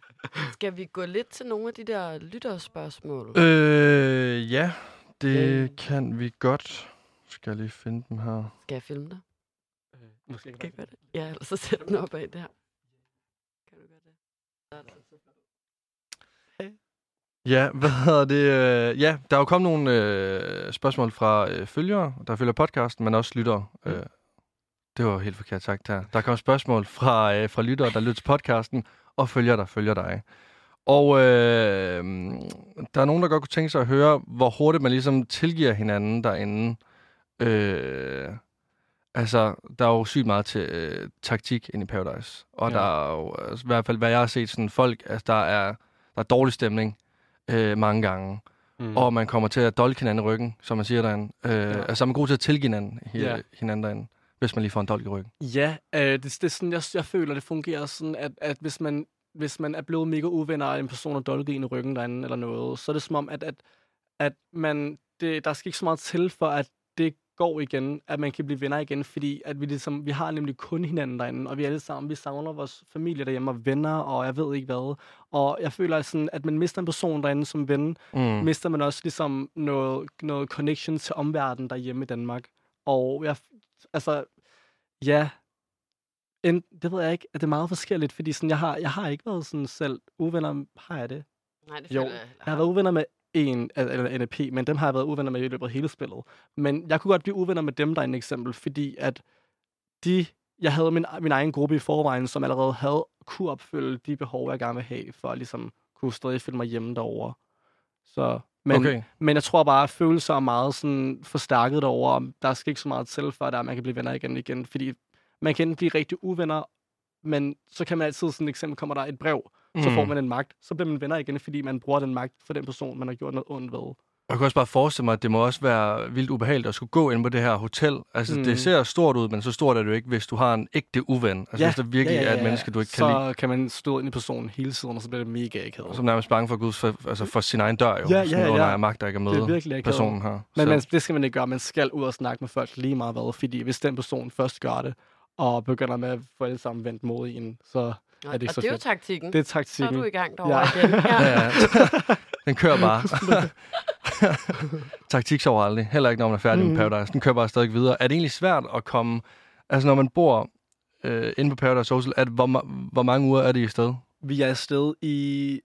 Skal vi gå lidt til nogle af de der lytterspørgsmål? Øh, ja, det Ja. kan vi godt. Skal jeg lige finde dem her. Skal jeg filme dig? Øh, Måske Kan jeg gøre det? Ja, ellers så sæt den op af der. Kan du gøre det? Ja, hvad hedder det? øh, Ja, der er jo kommet nogle øh, spørgsmål fra øh, følgere, der følger podcasten, men også lyttere. Mm. Øh, det var helt forkert sagt her. Der kom spørgsmål fra, øh, fra lyttere, der lytter til podcasten, og følger der følger dig. Og øh, der er nogen, der godt kunne tænke sig at høre, hvor hurtigt man ligesom tilgiver hinanden derinde. Øh, altså, der er jo sygt meget til øh, taktik inde i Paradise. Og ja. Der er jo, altså, i hvert fald, hvad jeg har set, sådan folk, altså, der er, der er dårlig stemning øh, mange gange. Mm. Og man kommer til at dolke hinanden i ryggen, som man siger derinde. Øh, ja. Altså, man er god til at tilgive hinanden, ja. hinanden derinde, hvis man lige får en dolk i ryggen. Ja, øh, det, det er sådan, jeg, jeg føler, det fungerer sådan, at, at hvis man hvis man er blevet mega uvenner af en person, der dolker en i ryggen derinde eller noget, så er det som om, at, at, at man, det, der skal ikke så meget til for, at det går igen, at man kan blive venner igen, fordi at vi, ligesom, vi har nemlig kun hinanden derinde, og vi alle sammen, vi savner vores familie derhjemme og venner, og jeg ved ikke hvad. Og jeg føler sådan, at man mister en person derinde som ven, mm. mister man også ligesom noget, noget connection til omverdenen derhjemme i Danmark. Og jeg, altså, ja, En, det ved jeg ikke, at det er meget forskelligt, fordi sådan, jeg, har, jeg har ikke været sådan selv uvenner. Har jeg det? Nej, det jo, jeg. jeg har været uvenner med en, eller N A P, men dem har jeg været uvenner med i løbet af hele spillet. Men jeg kunne godt blive uvenner med dem, der er en eksempel, fordi at de, jeg havde min, min egen gruppe i forvejen, som allerede havde kunne opfylde de behov, jeg gerne vil have, for at ligesom kunne stadig føle mig hjemme derovre. Så, men, okay. men jeg tror bare, at følelser er meget sådan forstærket derovre, og der skal ikke så meget til for, at man kan blive venner igen og igen, fordi man kan blive rigtig uvenner, men så kan man altid, sådan et eksempel, kommer der et brev, mm. så får man en magt, så bliver man venner igen, fordi man bruger den magt for den person, man har gjort noget ondt ved. Jeg kan også bare forestille mig, at det må også være vildt ubehageligt at skulle gå ind på det her hotel. Altså, mm. det ser stort ud, men så stort er det jo ikke, hvis du har en ægte uven. Altså, ja, hvis der virkelig ja, ja, ja, ja. er et menneske, du ikke så kan lide. Så kan man stå ind i personen hele tiden, og så bliver det mega akavet. Som nærmest bange for Gud, for, altså for sin egen dør jo. Ja, ja, ja. Under magt, der ikke er med det er virkelig personen her. Men man, det skal man ikke gøre. Man skal ud og snakke med folk lige meget hvad, fordi hvis den person først gør det, og begynder med at få alle sammen vendt mod en, så Nå, er det ikke og så det er fedt. jo taktikken. Det er taktikken. Så er du i gang derovre ja. igen. Ja. ja, ja. Den kører bare. Taktik sover aldrig. Heller ikke, når man er færdig mm. med Paradise. Den kører bare stadig videre. Er det egentlig svært at komme... Altså, når man bor øh, inde på Paradise Social, at, hvor, hvor mange uger er det i sted? Vi er afsted i...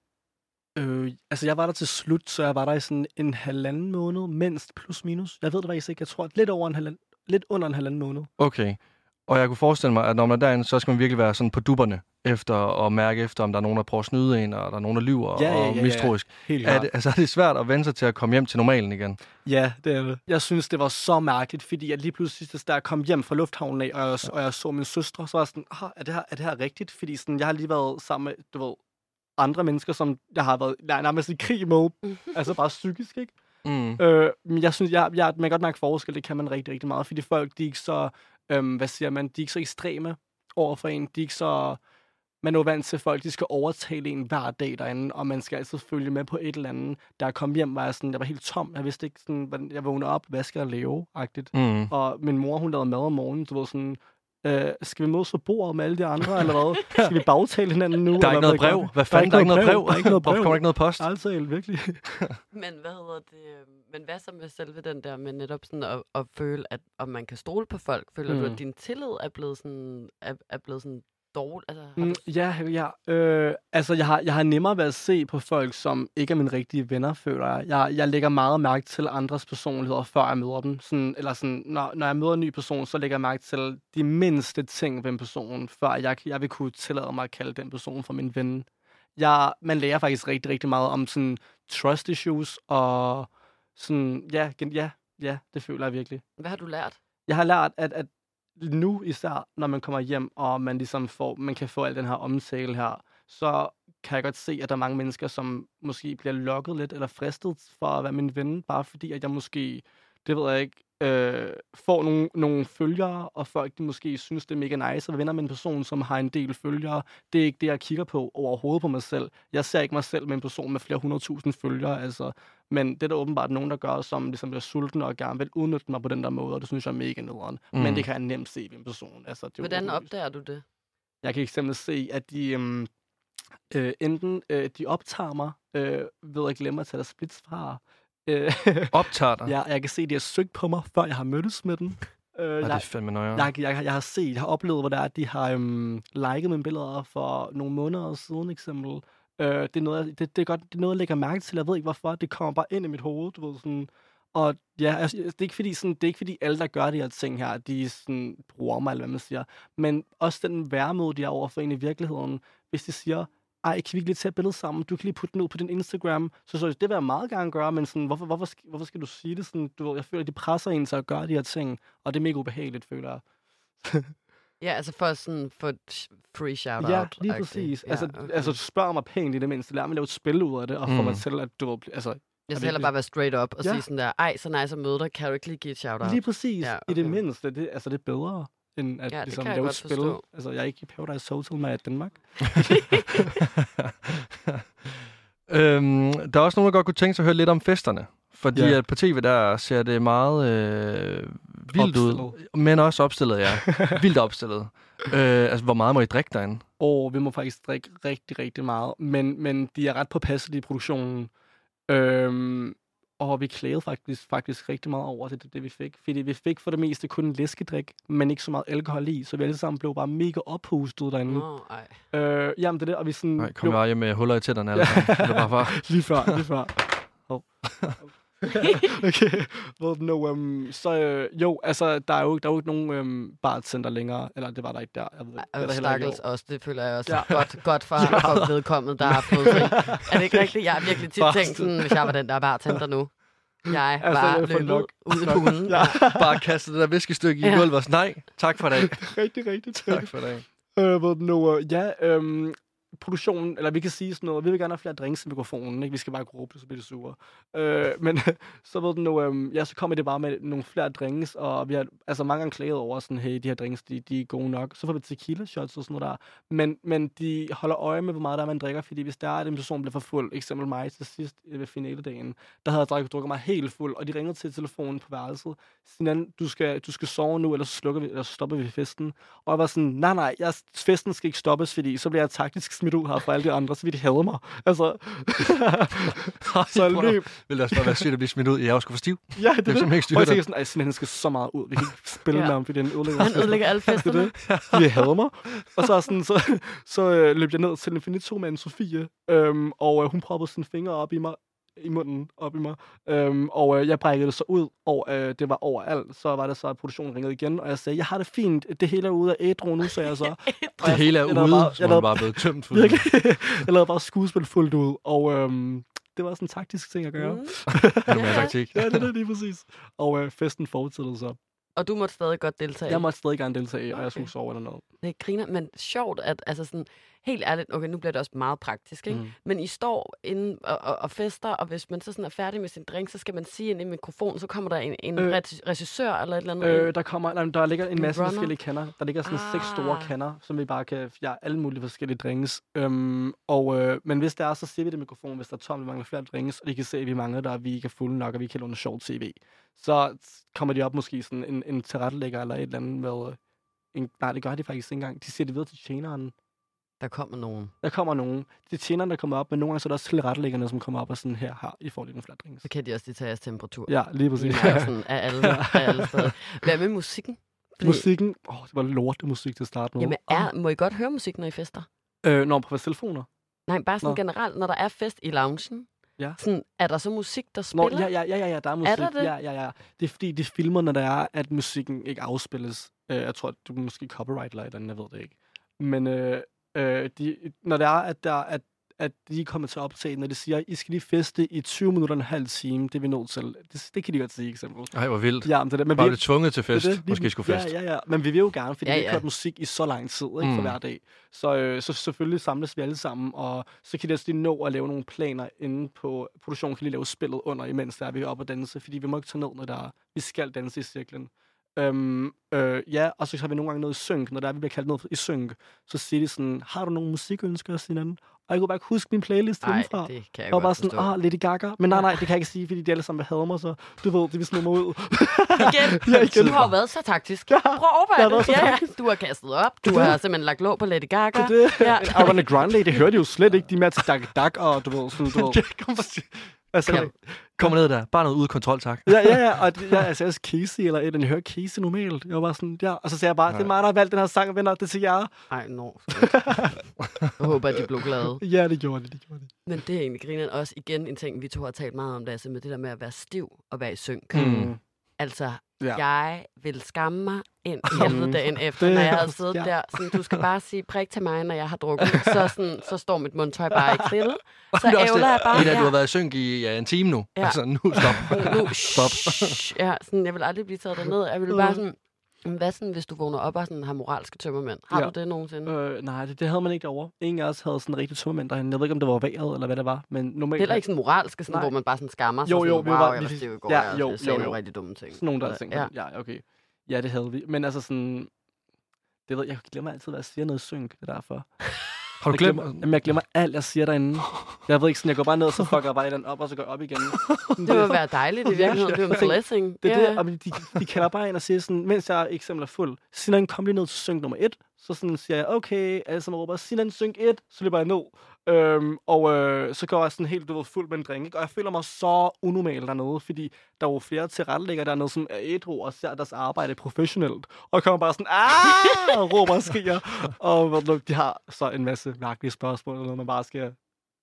Øh, altså, jeg var der til slut, så jeg var der i sådan en halvanden måned, mindst plus minus. Jeg ved det faktisk ikke. Jeg tror, lidt over en halvanden... Lidt under en halvanden måned. Okay. Og jeg kunne forestille mig, at når man er derinde, så skal man virkelig være sådan på dupperne efter at mærke efter, om der er nogen, der prøver at snyde en, og der er nogen, der lyver ja, ja, ja, og mistroisk. Ja, ja. Er det, altså, er det svært at vende sig til at komme hjem til normalen igen? Ja, det er det. Jeg synes, det var så mærkeligt, fordi jeg lige pludselig, da jeg kom hjem fra lufthavnen af, og jeg, ja. og jeg så min søstre, så var jeg sådan, ah, er, det her, er det her rigtigt? Fordi sådan, jeg har lige været sammen med, du ved, andre mennesker, som jeg har været nærmest i krig med. Altså bare psykisk, ikke? Mm. Øh, men jeg synes, jeg, jeg, man kan godt mærke forskel, det kan man rigtig, rigtig meget, fordi folk, de er ikke så... Øhm, hvad siger man, de er ikke så ekstreme over for en, de er ikke så, man er jo vant til folk, de skal overtale en hver dag derinde, og man skal altid følge med på et eller andet. Da jeg kom hjem, var jeg sådan, jeg var helt tom, jeg vidste ikke sådan, hvordan jeg vågnede op, hvad skal jeg lave-agtigt. Mm. Og min mor, hun lavede mad om morgenen, så var sådan, øh, skal vi mødes for bordet med alle de andre, eller hvad? Skal vi bagtale hinanden nu? Der er ikke noget brev. Hvad fanden, der er ikke noget brev? Der er ikke noget brev. Hvorfor kommer ikke noget post? Altså, virkelig. Men hvad hedder det? Men hvad så med selve den der med netop sådan at, at føle, at om man kan stole på folk? Føler mm. du, at din tillid er blevet sådan, er, er blevet sådan dårligt? Altså, mm, du... Ja, ja. Øh, altså, jeg har, jeg har nemmere ved at se på folk, som ikke er mine rigtige venner, føler jeg. Jeg, jeg lægger meget mærke til andres personligheder, før jeg møder dem. Sådan, eller sådan, når, når jeg møder en ny person, så lægger jeg mærke til de mindste ting ved en person, før jeg, jeg vil kunne tillade mig at kalde den person for min ven. Jeg, man lærer faktisk rigtig, rigtig meget om sådan trust issues, og sådan, ja, ja, ja, det føler jeg virkelig. Hvad har du lært? Jeg har lært, at, at nu især, når man kommer hjem, og man ligesom får, man kan få al den her omtale her, så kan jeg godt se, at der er mange mennesker, som måske bliver lokket lidt, eller fristet for at være min ven, bare fordi, at jeg måske, det ved jeg ikke, øh, får nogle, nogle følgere, og folk, de måske synes, det er mega nice, at venner med en person, som har en del følgere. Det er ikke det, jeg kigger på overhovedet på mig selv. Jeg ser ikke mig selv med en person med flere hundredtusind følgere, altså. Men det er der åbenbart nogen, der gør, som ligesom bliver sulten og gerne vil udnytte mig på den der måde, og det synes jeg er mega nederen. Mm. Men det kan jeg nemt se ved en person. Altså, det Hvordan opdager du det? Jeg kan eksempelvis se, at de øhm, øh, enten øh, de optager mig øh, ved at glemme at tage deres splits fra. Optager dig? Ja, jeg kan se, at de har søgt på mig, før jeg har mødtes med den. Øh, ja, det er fandme nøjere. Jeg, jeg, jeg, jeg har set, jeg har oplevet, hvor der er, at de har øhm, liket mine billeder for nogle måneder siden, eksempel. Øh, det, er noget, det, det, er godt, det er noget, jeg lægger mærke til. Jeg ved ikke, hvorfor. Det kommer bare ind i mit hoved, du ved, sådan... Og ja, altså, det, er ikke fordi, sådan, det er ikke fordi alle, der gør de her ting her, de sådan, bruger mig, eller hvad man siger. Men også den værmod, de har overfor en i virkeligheden. Hvis de siger, ej, kan vi ikke lige tage et billede sammen? Du kan lige putte den ud på din Instagram. Så, så det vil jeg meget gerne gøre, men sådan, hvorfor, hvorfor, skal, hvorfor skal du sige det sådan? Du ved, jeg føler, at de presser en til at gøre de her ting. Og det er mega ubehageligt, føler jeg. Ja, altså for sådan for et free shout-out. Ja, lige præcis. Ja, altså, okay. altså, du spørger mig pænt i det mindste. Lad mig lave et spil ud af det, og mm. få mig til, at du ved, altså... Jeg skal heller bare være straight up og ja. sige sådan der, ej, så nice at møde dig, kan du ikke lige give et shout-out? Lige præcis. Ja, okay. I det mindste. Det, altså, det er bedre, end at ja, ligesom, lave et spil. Forstå. Altså, jeg er ikke i Paradise Hotel med Danmark. øhm, der er også nogen, der godt kunne tænke sig at høre lidt om festerne. Fordi ja. at på tv, der ser det meget øh, vildt opstillet. ud. Men også opstillet, ja. Vildt opstillet. Øh, altså, hvor meget må I drikke derinde? Åh, oh, vi må faktisk drikke rigtig, rigtig meget. Men, men de er ret påpasselige i produktionen. Øhm, og vi klagede faktisk, faktisk rigtig meget over det, det, vi fik. Fordi vi fik for det meste kun en læskedrik, men ikke så meget alkohol i. Så vi alle sammen blev bare mega ophustet derinde. Åh, ej. Øh, jamen, det er det. Og vi sådan... Nej, kom blev... bare hjem med huller i tænderne. Altså. Det er bare for. Lige før, lige før. Oh. Okay, well, no, um, så øh, jo, altså, der er jo, der er jo ikke nogen øhm, bartender længere, eller det var der ikke der. Jeg ved, det er der stakkels også, det føler jeg også ja. godt, godt for, ja. for vedkommet, der har fået fri. Er det ikke rigtigt? Jeg har virkelig tit tænkt sådan, hvis jeg var den der bartender nu. Jeg altså, bare løbet ud i poolen. Ja. Bare kastet det der viskestykke i ja. gulvet og sådan, nej, tak for det. Rigtig, rigtig tak for det. Øh, uh, no, uh, ja, øhm... produktionen, eller vi kan sige sådan noget, vi vil gerne have flere drinks i mikrofonen, ikke? Vi skal bare gruppe, så bliver det sure. Øh, men så ved du nu, øhm, ja, så kommer det bare med nogle flere drinks, og vi har altså mange gange klaget over sådan, hey, de her drinks, de, de er gode nok. Så får vi tequila shots og sådan noget der. Men, men de holder øje med, hvor meget der er, man drikker, fordi hvis der er, at en person bliver for fuld, eksempel mig til sidst ved finaledagen, der havde jeg drukket, drukket mig helt fuld, og de ringede til telefonen på værelset. Sådan, du skal, du skal sove nu, eller så slukker vi, eller så stopper vi festen. Og jeg var sådan, nej, nej, jeg, festen skal ikke stoppes, fordi så bliver jeg taktisk smidt ud her for alle de andre, så vil de hade mig. Altså... så jeg løb... Vil det også bare være sygt at blive smidt ud? Jeg er også for stiv. Ja, det er det. Det er simpelthen ikke styrt. Og jeg tænker sådan, at sådan, han skal så meget ud. Vi kan ikke spille ja. med ham, fordi han ødelægger... Han ødelægger alle festerne. Det er det. De havde mig. Og så, sådan, så, så øh, løb jeg ned til Infinito med Sofie, øhm, og øh, hun proppede sine fingre op i mig, i munden op i mig, øhm, og øh, jeg brækkede det så ud, og øh, det var overalt. Så var det så, at produktionen ringede igen, og jeg sagde, jeg har det fint, det hele er ude af ædru nu, sagde jeg så. Det jeg, hele er ude, bare, så man bare blevet tømt fuldt. Jeg lavede bare skuespil fuldt ud, og øhm, det var sådan en taktisk ting at gøre. Mm. Ja, med taktik. Ja, det er lige præcis. Og øh, festen fortsættede så. Og du måtte stadig godt deltage? Jeg måtte stadig gerne deltage, okay. Og jeg skulle sove eller noget. Det griner, men sjovt, at altså sådan, helt ærligt, okay, nu bliver det også meget praktisk, ikke? Mm. Men I står inde og, og, og fester, og hvis man så sådan er færdig med sin drink, så skal man sige ind i mikrofonen, så kommer der en, en øh, regissør eller et eller andet. Øh, der kommer, nej, der ligger en, en masse runner. forskellige kander. Der ligger sådan ah. seks store kander, som vi bare kan fjerde alle mulige forskellige drinks. Øhm, og, øh, men hvis der er, så siger vi det i mikrofonen, hvis der er tomt, vi mangler flere drinks, og de kan se, at vi mangler der, vi ikke er fulde nok, og vi kan låne sjov tv. Så kommer de op måske sådan en, en tilrettelægger eller et eller andet med... En, nej, det gør de faktisk ikke engang. De siger det videre til tjeneren. Der kommer nogen. Der kommer nogen. Det er tjeneren, der kommer op, men nogle gange så er der også tilrettelæggerne, som kommer op og sådan, her, her, I får lige nogle flere drinks. Så kan de også lige tage jeres temperatur. Ja, lige præcis. Sådan af alle, af alle steder. Hvad med musikken? Fordi... Musikken? Åh, oh, det var lort musik til at starte med. Jamen, er, må I godt høre musik, når I fester? Øh, når på telefoner? Nej, bare sådan Nå. generelt, når der er fest i loungen. Ja. Sådan, er der så musik, der spiller? Nå, ja, ja, ja, ja, der er musik. Er der det? Ja, ja, ja. Det er fordi, de filmer, når der er, at musikken ikke afspilles. Uh, jeg tror, at du måske copyright eller et eller andet, jeg ved det ikke. Men uh, uh, de, når det er, at, der, at, at de kommer til at optage, når de siger, I skal lige feste i tyve minutter og en halv time, det er vi nødt til. Det, det kan de godt sige, eksempel. Ej, hvor vildt. Ja, men det der, men var vi, det tvunget til fest? Det, det, måske skulle fest. Ja, ja, ja. Men vi vil jo gerne, fordi ja, ja. vi har kørt musik i så lang tid, ikke, mm. for hver dag. Så, øh, så selvfølgelig samles vi alle sammen, og så kan de også lige nå at lave nogle planer inde på produktionen, kan lige lave spillet under, imens der er vi er oppe at danse, fordi vi må ikke tage ned, når der er, vi skal danse i cirklen. Øhm, øh, ja, og så har vi nogle gange noget i synk, når der er, vi bliver kaldt ned i synk, så siger de sådan, har du nogle musikønsker til hinanden? Og jeg kunne bare ikke huske min playlist hjemmefra. Nej, det kan jeg og godt bare sådan, forstå. ah, Lady Gaga. Men nej, nej, det kan jeg ikke sige, fordi de alle sammen vil have mig, så du ved, det vil snå mig ud. Igen, ja, igen. Du har jo været så taktisk. Prøv at overveje det. Ja, ja. Du har kastet op, du det har simpelthen lagt låg på Lady Gaga. Det, det. Ja. Ariana Grande, det hører de jo slet ikke, de er med til Dak Dak, og du ved, sådan, du ved. Altså, Kan- Kommer ned der. Bare noget ude af kontrol, tak. ja, ja, ja, og det, jeg altså også Casey, eller et, jeg hører Casey normalt. Jeg var bare sådan, ja, og så sagde jeg bare, Nej. det er mig, der har valgt den her sang, venner, det er til jer. Ej, nå. Jeg håber, at de blev glade. Ja, det gjorde det, det gjorde det. Men det er egentlig grineren også igen en ting, vi to har talt meget om, Lasse, med det der med at være stiv og være i synk. Mm. Altså, Ja. jeg vil skamme mig ind i helvede dagen efter, Det- når jeg havde siddet ja. der. Sådan, du skal bare sige prik til mig, når jeg har drukket. Så, sådan, så står mit mundtøj bare ikke stille. Så Det er også ævler jeg bare. Ida, du har Ja. været i synk i ja, en time nu. Ja. Altså, nu stop. Nu, Stop. shh, ja, sådan, jeg vil aldrig blive taget derned. Jeg vil bare sådan, hvad sådan, hvis du vågner op og sådan, har moralske tømmermænd? Har Ja. du det nogensinde? Øh, nej, det, det havde man ikke derovre. Ingen af os havde sådan en rigtig tømmermænd derhen. Jeg ved ikke, om det var vejret, eller hvad det var. Men normalt... Heller ikke sådan moralske, sådan, Nej. hvor man bare sådan skammer sig. Jo, jo, sådan, vi wow, var- jeg var vi- stiv i går, ja, jeg, jo, jeg sagde jo, nogle jo. rigtig dumme ting. Sådan nogen, der har tænkt, ja. ja. ja, okay. Ja, det havde vi. Men altså sådan... Det ved jeg, jeg glemmer altid, hvad jeg siger noget synk. Det er derfor. Har du Jeg glemt? glemmer, jamen, jeg glemmer alt, jeg siger derinde. Jeg ved ikke sådan, jeg går bare ned, og så fucker jeg bare den op, og så går jeg op igen. Det må være dejligt i virkeligheden. Det er en blessing. Det er Ja. det, og de, de kalder bare ind og siger sådan, mens jeg eksempel er fuld, Sinan, kom lige ned til synk nummer et. Så sådan siger jeg, okay, alle sammen råber, Sinan, synk et, så løber jeg ned. Øhm, og øh, så går jeg sådan helt, du ved, fuld med en drink, ikke? Og jeg føler mig så unormal dernede, fordi der er jo flere tilrettelæggere dernede, som er ædru og ser deres arbejde professionelt. Og kommer bare sådan, ah, og råber og skriger. Og ved du, de har så en masse mærkelige spørgsmål, eller noget, man bare skal...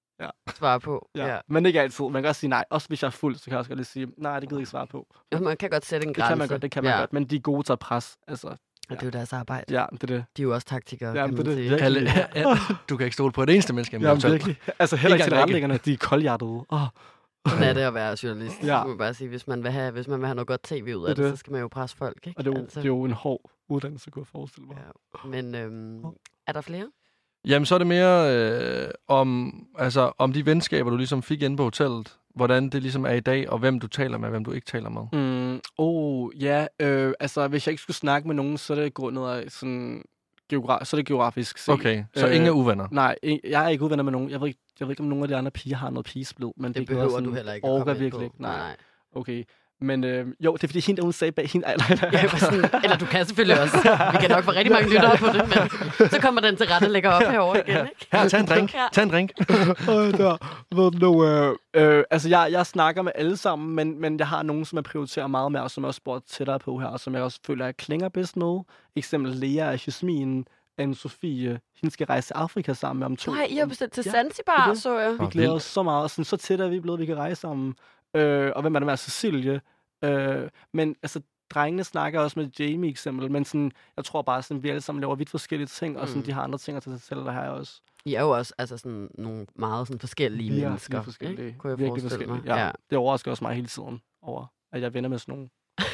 Svare på. Ja. Ja. ja. Men ikke altid. Man kan også sige nej. Også hvis jeg er fuld, så kan jeg også godt lige sige, nej, det gider jeg ikke svare på. Ja, man kan godt sætte en Det grænse. kan man godt, det kan man ja. godt. Men de er gode til at presse. Altså, Og det er jo deres arbejde. ja, det er det. De er jo også taktikere, Ja, kan det man er det. sige. Ja. Alle, ja, du kan ikke stole på et eneste menneske. Ja, virkelig. Altså heller ikke Ikke til engang retlæggerne. De er koldhjertede. Oh. Sådan er det at være journalist. Ja. Ja. Man bare sige, hvis man vil have, hvis man vil have noget godt tv ud af Det er det, det. så skal man jo presse folk, ikke? Og det er, jo, Altså, det er jo en hård uddannelse, kunne jeg forestille mig. ja. Men øhm, er der flere? Jamen, så er det mere øh, om, altså, om de venskaber, du ligesom fik inde på hotellet. Hvordan det ligesom er i dag, og hvem du taler med, og hvem du ikke taler med. Mm, oh, ja. Øh, altså, hvis jeg ikke skulle snakke med nogen, så er det grundet af sådan... Geogra- så er det geografisk set. Okay, så Øh, ingen er uvenner. Nej, ikke- jeg er ikke uvenner med nogen. Jeg ved ikke, jeg ved ikke om nogen af de andre piger har noget pigesplid, men det, Det er ikke noget, behøver sådan, du heller ikke at orker komme ind virkelig på. ikke. Nej, Nej. okay. Men øh, jo, det er fordi hende, der hun sagde bag hende. Ej, nej, nej. Ja, jeg var sådan, eller du kan selvfølgelig også. Vi kan nok få rigtig mange lyttere på det, men så kommer den til rette og lægger op herovre igen, ikke? Her, tag en drink. Ja. Tag en drink. Øh, der, ved du, øh, øh, altså, jeg, jeg snakker med alle sammen, men, men jeg har nogen, som jeg prioriterer meget mere, og som jeg også spurgt tættere på her, og som jeg også føler, jeg klinger bedst med. Eksempel Lea og Jasmin, Anne-Sophie. Hende skal rejse til Afrika sammen med om to. Nej, I har bestilt til Ja, Zanzibar, det er det. så jeg. Vi Åh, glæder vildt. os så meget, og sådan, så tæt er vi blevet, vi kan rejse sammen. Øh, og hvem er der med? Cecilie. Øh, men altså, drengene snakker også med Jamie eksempel, men sådan, jeg tror bare, sådan, vi alle sammen laver vidt forskellige ting, og sådan, Mm. de har andre ting at tage sig selv, der har jeg også. I er jo også altså sådan nogle meget sådan forskellige Virkelig mennesker, forskellige. ikke? Kunne jeg Virkelig forestille mig. forskellige. Ja. Det overrasker også mig hele tiden over, at jeg venner med sådan nogen.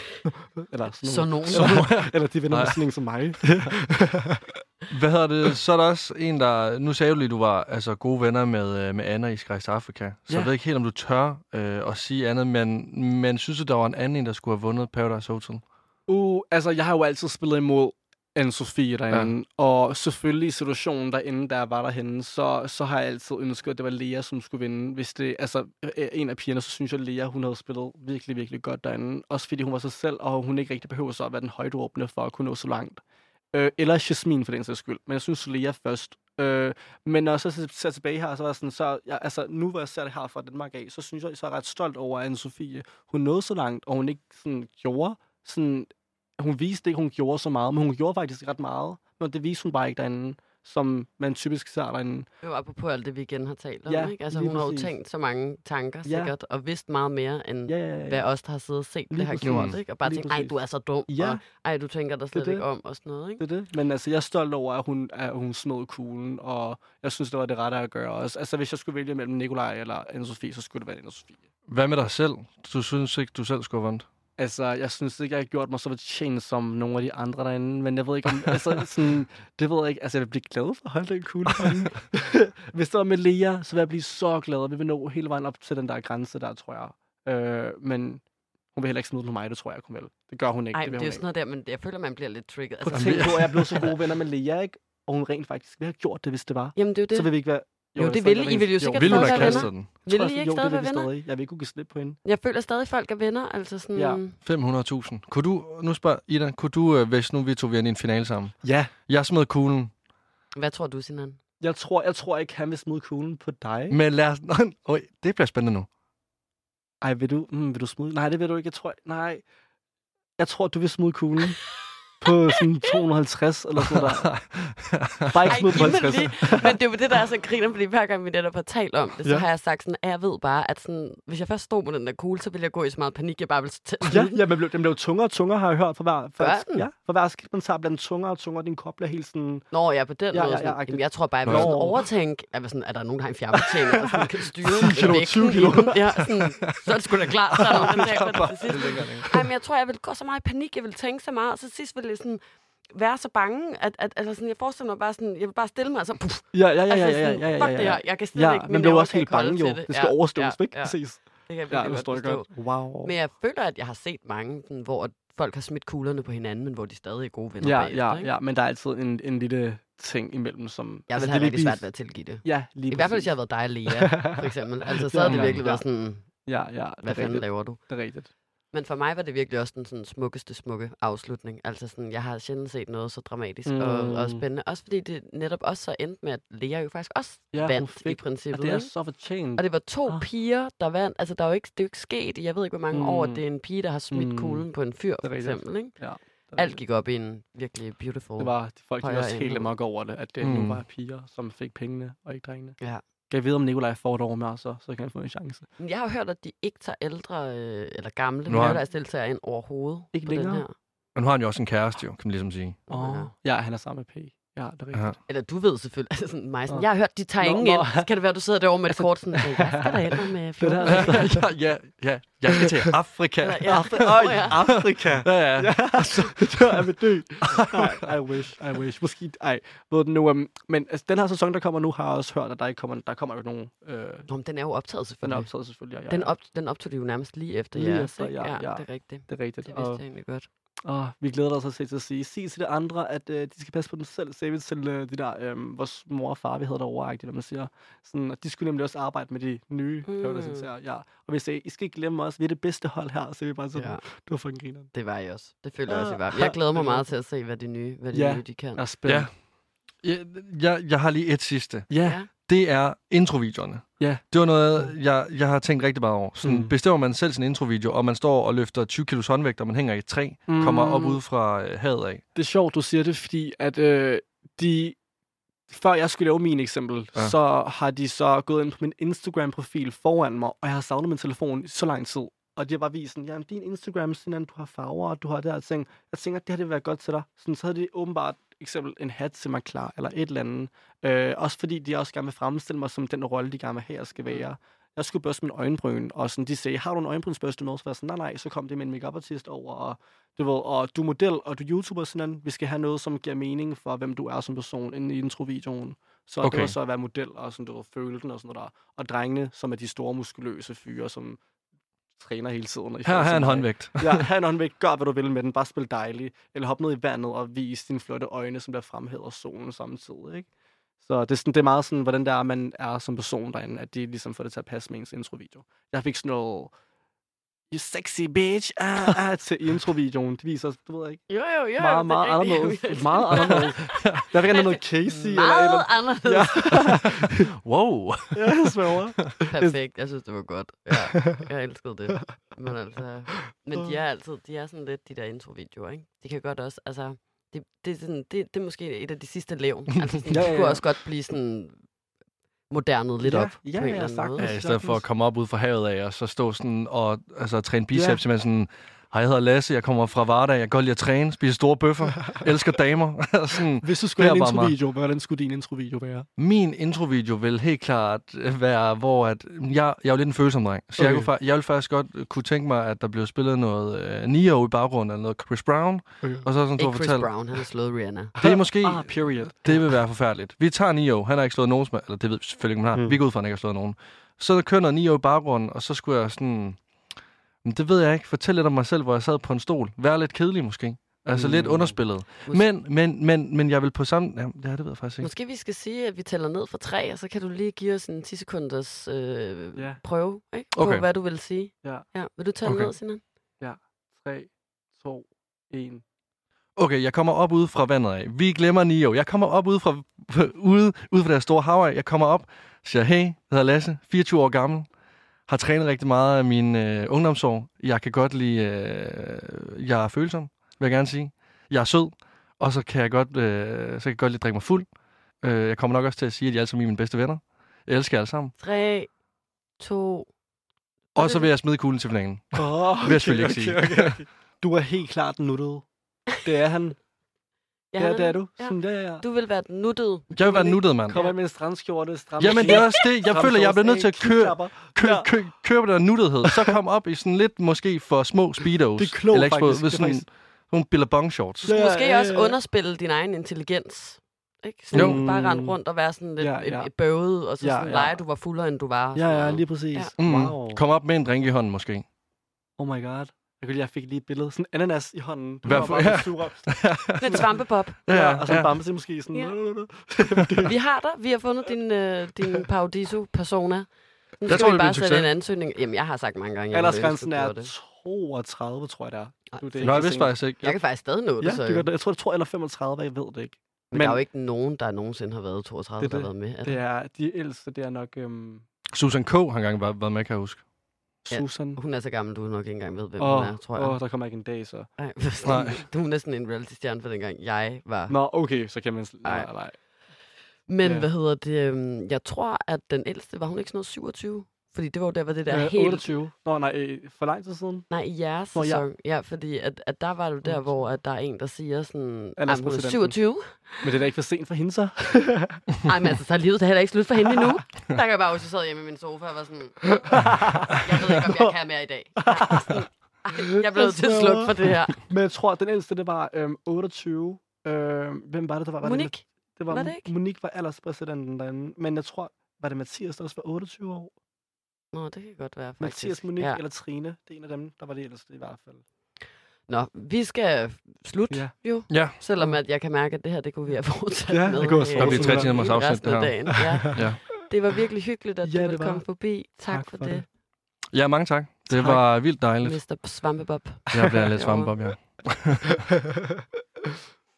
Eller sådan Så nogen. nogen. Eller de venner med Nej. sådan en som mig. Hvad hedder det? Så er der også en, der... Nu sagde du lige, at du var altså, gode venner med, øh, med Anna i Skrejs Afrika. Så Ja. jeg ved ikke helt, om du tør øh, at sige andet, men, men synes du, der var en anden, der skulle have vundet Paradise Hotel? Uh, altså, jeg har jo altid spillet imod Anne-Sophie derinde, ja. Og selvfølgelig i situationen derinde, der var derhenne, så, så har jeg altid ønsket, at det var Lea, som skulle vinde. Hvis det, altså, øh, en af pigerne, så synes jeg, at Lea, hun havde spillet virkelig, virkelig godt derinde. Også fordi hun var sig selv, og hun ikke rigtig behøver så at være den højderåbende for at kunne nå så langt. Øh, eller Jasmin for den sags skyld. Men jeg synes, Lea først. Øh, men når jeg så ser tilbage her, så var jeg sådan, så, jeg, altså, nu hvor jeg ser det her fra Danmark af, så synes jeg, så er jeg ret stolt over Anne-Sophie. Hun nåede så langt, og hun ikke sådan gjorde sådan... Hun viste ikke, hun gjorde så meget, men hun gjorde faktisk ret meget. Men det viste hun bare ikke derinde, som man typisk ser derinde. Det var apropos alt det, vi igen har talt om, Ja, ikke? Altså, lige hun har jo præcis. tænkt så mange tanker, Ja. sikkert, og vidst meget mere, end Ja, ja, ja. hvad os, der har siddet og set Lige det, har præcis. gjort, ikke? Og bare Lige tænkt, ej, præcis. du er så dum, Ja. og ej, du tænker dig slet det. ikke om, og sådan noget, ikke? Det er det. Men altså, jeg er stolt over, at hun, at hun smed kuglen, og jeg synes, det var det rette at gøre også. Altså, hvis jeg skulle vælge mellem Nikolaj eller Anne-Sophie, så skulle det være Anne-Sophie. Hvad med dig selv? Du synes ikke, du selv skulle have vundet? Altså, jeg synes ikke, jeg har gjort mig så fortjent som nogle af de andre derinde, men jeg ved ikke om, altså, sådan, det ved jeg ikke, altså, jeg vil blive glad for at holde den kugle for hende. Hvis det var med Lea, så vil jeg blive så glad, og vi vil nå hele vejen op til den der grænse der, tror jeg. Øh, men hun vil heller ikke smide den på mig, det tror jeg, hun vil. Det gør hun ikke. Ej, det det vil er jo hun sådan noget der, men jeg føler, man bliver lidt trigget. ikke. Altså, Tænk på, at jeg blev så gode venner med Lea, ikke? Og hun rent faktisk ville have gjort det, hvis det var. jamen, det er jo det. Så vil vi ikke være... Jo, det jeg vil stadig I. I vil jo være- sikkert Vil du stadig have være kastet venner. den? Vil tror I jeg- ikke jo, stadig det være vil vi venner? stadig. Jeg vil ikke kunne give slip på hende. Jeg føler stadig, at folk er venner, altså sådan... Ja. fem hundrede tusind. Kunne du, nu spørger Ida, kunne du, øh, hvis nu vi to vi er i en finale sammen? Ja. Jeg smed kuglen, Hvad tror du, Sinan? Jeg tror, jeg tror ikke, han vil smide kuglen på dig. men lad os... Øj, det bliver spændende nu. Ej, vil du, mm, vil du smide? Nej, det vil du ikke. Jeg tror, nej. Jeg tror, du vil smide kuglen på sådan to hundrede og halvtreds eller sådan der. Bare ikke smide på halvtreds. Lige. Men det er jo det, der er så griner, fordi hver gang vi netop har talt om det, så ja. har jeg sagt sådan, at jeg ved bare, at sådan, hvis jeg først stod på den der kugle, så ville jeg gå i så meget panik, jeg bare ville tage Ja, ja, men den blev tungere og tungere, har jeg hørt. For hver, for, den? ja, for hver skridt, man tager, bliver den tungere og tungere, og din krop bliver helt sådan... Nå, ja, på den ja, måde. Ja, sådan, ja, jamen, jeg tror bare, jeg vil sådan overtænke, at sådan, er der nogen, der har en fjernbetjening, og sådan kan styre tyve kilo. Ja, sådan, så er det sgu da klart, der er nogen, der taber det til sidst. Ej, men jeg tror, jeg vil gå så meget i panik, jeg vil tænke så meget, og så sidst ville jeg sådan... være så bange, at, at altså sådan, jeg forestiller mig bare sådan, jeg vil bare stille mig, og så puff. Ja, ja, ja, ja, altså ja, ja, ja, ja, fuck det her, jeg kan slet ja, ikke, men det er jo også helt bange, jo. Det, det skal ja, overstås, ja, ikke? Ja. Præcis. Det kan jeg ja, virkelig godt forstå. Wow. Men jeg føler, at jeg har set mange, sådan, hvor folk har smidt kuglerne på hinanden, men hvor de stadig er gode venner ja, bagefter, ja, ikke? ja, men der er altid en, en lille ting imellem, som... Jeg altså, vil have rigtig svært ved at tilgive det. Ja, lige I hvert fald, hvis jeg havde været dig og Lea, for eksempel. Altså, så havde det virkelig været sådan, ja, ja, hvad fanden laver du? Det er rigtigt. Men for mig var det virkelig også den sådan, smukkeste, smukke afslutning. Altså sådan, jeg har sjældent set noget så dramatisk mm. og, og spændende. Også fordi det netop også så endte med, at Lea jo faktisk også ja, vandt fik, i princippet. Og det er så fortjent. Og det var to ah. piger, der vandt. Altså, der er jo ikke, det er jo ikke sket i, jeg ved ikke, hvor mange mm. år, det er en pige, der har smidt mm. kuglen på en fyr, for eksempel. Ikke? Ja, alt gik op i en virkelig beautiful. Det var de folk, der var også helt amok over det, at det mm. nu var piger, som fik pengene og ikke drengene. Ja. Kan jeg vide, om Nikolaj får et år med os, så, så kan han få en chance. Jeg har hørt, at de ikke tager ældre øh, eller gamle lørdagsdeltagere ind overhovedet. Ikke længere? Den her. Men nu har han jo også en kæreste, jo, kan man ligesom sige. Oh. Ja, han er sammen med P. Ja, det er rigtigt. Aha. Eller du ved selvfølgelig, altså sådan mig sådan, jeg har hørt, de tager nå, ingen nå. ind. Så kan det være, du sidder derovre med et kort sådan, jeg skal der ender med fjorten. ja, ja, ja, jeg skal til Afrika. Eller, ja. Afri- oh, ja. Afrika. ja, ja. ja. Altså, jeg vil dø. I wish, I wish. Måske, ej. Ved du nu, um, men altså, den her sæson, der kommer nu, har jeg også hørt, at der ikke kommer, der kommer jo nogen... Øh... Nå, men den er jo optaget selvfølgelig. Den er optaget selvfølgelig, ja. ja. Den, op, den optog de jo nærmest lige efter lige jeres, efter, ja, ja, ja, det er rigtigt. Det er rigtigt. Det vidste jeg egentlig godt. Oh, vi glæder os også til at sige. Sig til det andre, at øh, de skal passe på dem selv. Sagde vi til øh, de der, øh, vores mor og far, vi havde derovre, når man siger. Sådan, at de skulle nemlig også arbejde med de nye mm. højdedeltagere. Ja. Og vi sagde, I skal ikke glemme os, vi er det bedste hold her. Så vi bare sådan, ja. Du var fucking griner. Det var I også. Det føler jeg også, I var. Jeg glæder mig meget til at se, hvad de nye, hvad de ja. nye de kan. Ja, spændende. Ja. Jeg, jeg, jeg har lige et sidste. Ja. Det er introvideoerne. Ja. Det var noget, jeg, jeg har tænkt rigtig meget over. Sådan, mm. bestemmer man selv sin introvideo, og man står og løfter tyve kilos håndvægt, og man hænger i et træ, mm. kommer op ude fra øh, havet af. Det er sjovt, du siger det, fordi at øh, de... Før jeg skulle lave min eksempel, ja. så har de så gået ind på min Instagram-profil foran mig, og jeg har savnet min telefon i så lang tid. Og de har bare vist sådan, jamen din Instagram, sådan, du har farver, og du har det her ting. Jeg tænker, det her det vil være godt til dig. Sådan, så havde de åbenbart eksempel en hat til mig klar, eller et eller andet. Øh, også fordi de også gerne vil fremstille mig som den rolle, de gerne vil have, jeg skal være. Jeg skulle børste min øjenbryn, og sådan, de sagde, har du en øjenbrynsbørste med? Så var jeg sådan, nej, nej, så kom det med en make-up-artist over, og du ved, og du er model, og du er YouTuber, sådan, vi skal have noget, som giver mening for, hvem du er som person, inde i introvideoen. Så okay. Det var så at være model, og sådan, du ved, føle den, og sådan noget der. Og drengene, som er de store, muskuløse fyre, som træner hele tiden. Her har en håndvægt. Ja, her en håndvægt. Gør, hvad du vil med den. Bare spil dejligt. Eller hop ned i vandet og vis dine flotte øjne, som der fremhæver solen samtidig, ikke? Så det er, sådan, det er meget sådan, hvordan der er, man er som person derinde, at de ligesom får det til at passe med ens introvideo. Jeg fik sådan noget, you sexy bitch, ah, ah, til introvideoen. Det viser, du ved ikke. Jo, jo, jo. Meget, meget anderledes. Meget anderledes. Der fik noget Casey. Meget eller anderledes. Ja. Wow. Ja, jeg sværger. Perfekt. Jeg synes, det var godt. Ja, jeg elskede det. Men altså, men de er altid, de er sådan lidt, de der introvideoer, ikke? De kan godt også, altså, det, det, er, sådan, det, det er måske et af de sidste levn. Altså, sådan, ja, ja, ja. De kunne også godt blive sådan modernet lidt ja, op ja, på en ja, eller anden måde. Ja, i stedet for at komme op ud fra havet af, og så stå sådan og altså, træne biceps, ja. Sådan, hej, jeg hedder Lasse, jeg kommer fra Varda, jeg kan godt lide at træne, spise store bøffer, elsker damer. Sådan, hvis du skulle have en introvideo, hvordan skulle din introvideo være? Min introvideo vil helt klart være, hvor at, jeg, jeg er jo lidt en følsom dreng, så okay. jeg, kunne, jeg vil faktisk godt kunne tænke mig, at der blev spillet noget uh, Neo i baggrunden, eller noget Chris Brown. Okay. Og så sådan, ikke Chris fortælle, Brown, han har slået Rihanna. Det er måske, ah, period. Det vil være forfærdeligt. Vi tager Neo, han har ikke slået nogen, eller det ved selvfølgelig ikke, man har. Hmm. Vi går ud fra, han ikke har slået nogen. Så kører noget Neo i baggrunden, og så skulle jeg sådan... Det ved jeg ikke. Fortæl lidt om mig selv, hvor jeg sad på en stol. Vær lidt kedelig måske. Altså mm. lidt underspillet. Men, men, men, men jeg vil på samme... Ja, det ved jeg faktisk ikke. Måske vi skal sige, at vi tæller ned fra tre, og så kan du lige give os en ti sekunders øh, yeah. prøve, ikke? På okay. hvad du vil sige. Ja. Ja. Vil du tælle okay. ned, Sinan? Ja. tre, to, et. Okay, jeg kommer op ude fra vandet af. Vi glemmer Nio. Jeg kommer op ude fra, ude, ude fra deres store hav af. Jeg kommer op, siger, hey, jeg hedder Lasse, fireogtyve år gammel. har trænet rigtig meget af mine øh, ungdomsår. Jeg kan godt lide... Øh, jeg er følsom, vil jeg gerne sige. Jeg er sød, og så kan jeg godt, øh, så kan jeg godt lide at drikke mig fuld. Øh, jeg kommer nok også til at sige, at de alle sammen er mine bedste venner. Jeg elsker jer alle sammen. Tre, to... Og så vil jeg smide kuglen til finalen. Oh, vil jeg selvfølgelig ikke sige. Okay, okay, okay. Du er helt klart nuttet. Det er han. Ja, Ja, det er du. Ja. Sådan, ja, ja. Du vil være den nuttede. Jeg vil være en nuttet, mand. Kommer med en strandskjorte, stram Jamen, det er også det. Jeg føler, jeg bliver nødt til at køre, køre, Ja. køre, køre på den nuttethed. Så kom op i sådan lidt, måske for små speedos. Det er klogt, Eller ikke faktisk. Ved Det er sådan faktisk- nogle billabong shorts. Du skulle Ja, måske ja, også ja. underspille din egen intelligens. Ikke? Sådan Jo. bare rende rundt og være sådan lidt Ja, ja, ja. ja. bøvet, og så Ja, sådan ja. lege, du var fuldere, end du var. og Ja, sådan ja, noget. lige præcis. Ja. Mm. Wow. Kom op med en drink i hånden, måske. Oh my god. Jeg, kunne, jeg fik lige et billede. Sådan en ananas i hånden. Du Hvad var for- bare ja. sur. Sådan en svampebob. Ja, og sådan ja. en bamse måske. Sådan. Ja. Vi har dig. Vi har fundet din, øh, din Paradiso-persona. Nu Jeg skal tror, vi det bare bliver en sende succes. en ansøgning. Jamen, jeg har sagt mange gange, jeg ville ønske, Aldersgrænsen du er gjorde det. toogtredive, tror jeg, det er. Ej, Du, det er Nå, ikke jeg for vidste sent. faktisk ikke. Jeg kan faktisk stadig nå det, Ja, så det jo. gør det. Jeg tror, det tror eller femogtredive, jeg ved det ikke. Men, Men- der er jo ikke nogen, der nogensinde har været toogtredive, Det er der har været med. Er Det der? er de ældste, det er nok øhm, Susan K. har engang været, været med, kan jeg huske. Ja. Susan. Hun er så gammel, du nok ikke engang ved, hvem Åh, hun er, tror jeg. åh, der kommer ikke en dag, så. Ej, Nej. du er næsten en reality-stjerne for dengang jeg var. Nå, okay, så kan man... sl- Ej. Nej, nej. Men Ja. hvad hedder det? øhm, Jeg tror, at den ældste, var hun ikke sådan noget syvogtyve? Fordi det var jo der, hvor det der Øh, helt... otteogtyve. Nå, nej, øh, for lang tid siden. Nej, i jeres Nå, ja. sæson. Ja, fordi at, at der var det jo der, hvor at der er en, der siger sådan... Ej, hun er Alderspræsidenten. syvogtyve. Men det er da ikke for sent for hende, så. Ej, men altså, så er livet da heller ikke slut for hende endnu. Der kan jeg bare huske, jeg sad hjemme i min sofa og var sådan... Jeg ved ikke, om jeg kan mere i dag. Ej, sådan, ej, jeg blev nødt til at slukke for det her. Men jeg tror, at den ældste, det var øhm, otteogtyve. Øh, hvem var det, der var? var Monique? Det, det var, Var det ikke? Monique var alderspræsidenten derinde. Men jeg tror, var det Mathias, der også var otteogtyve år? Nå, det kan godt være, faktisk. Mathias, Monique Ja. eller Trine. Det er en af dem, der var det ældste i hvert fald. Nå, vi skal slutte, Ja. jo. Ja. Selvom at jeg kan mærke, at det her, det kunne vi have fortsat Ja, med. det kunne også øh, Der bliver tre fortsætte. timers afsnit, resten af det her. dagen. Ja. Ja. Det var virkelig hyggeligt, at Ja, du det ville var. komme forbi. Tak, Tak for, for det, det. Ja, mange tak. Det Tak. var vildt dejligt. mister Svampebob. Jeg bliver lidt svampebob, ja.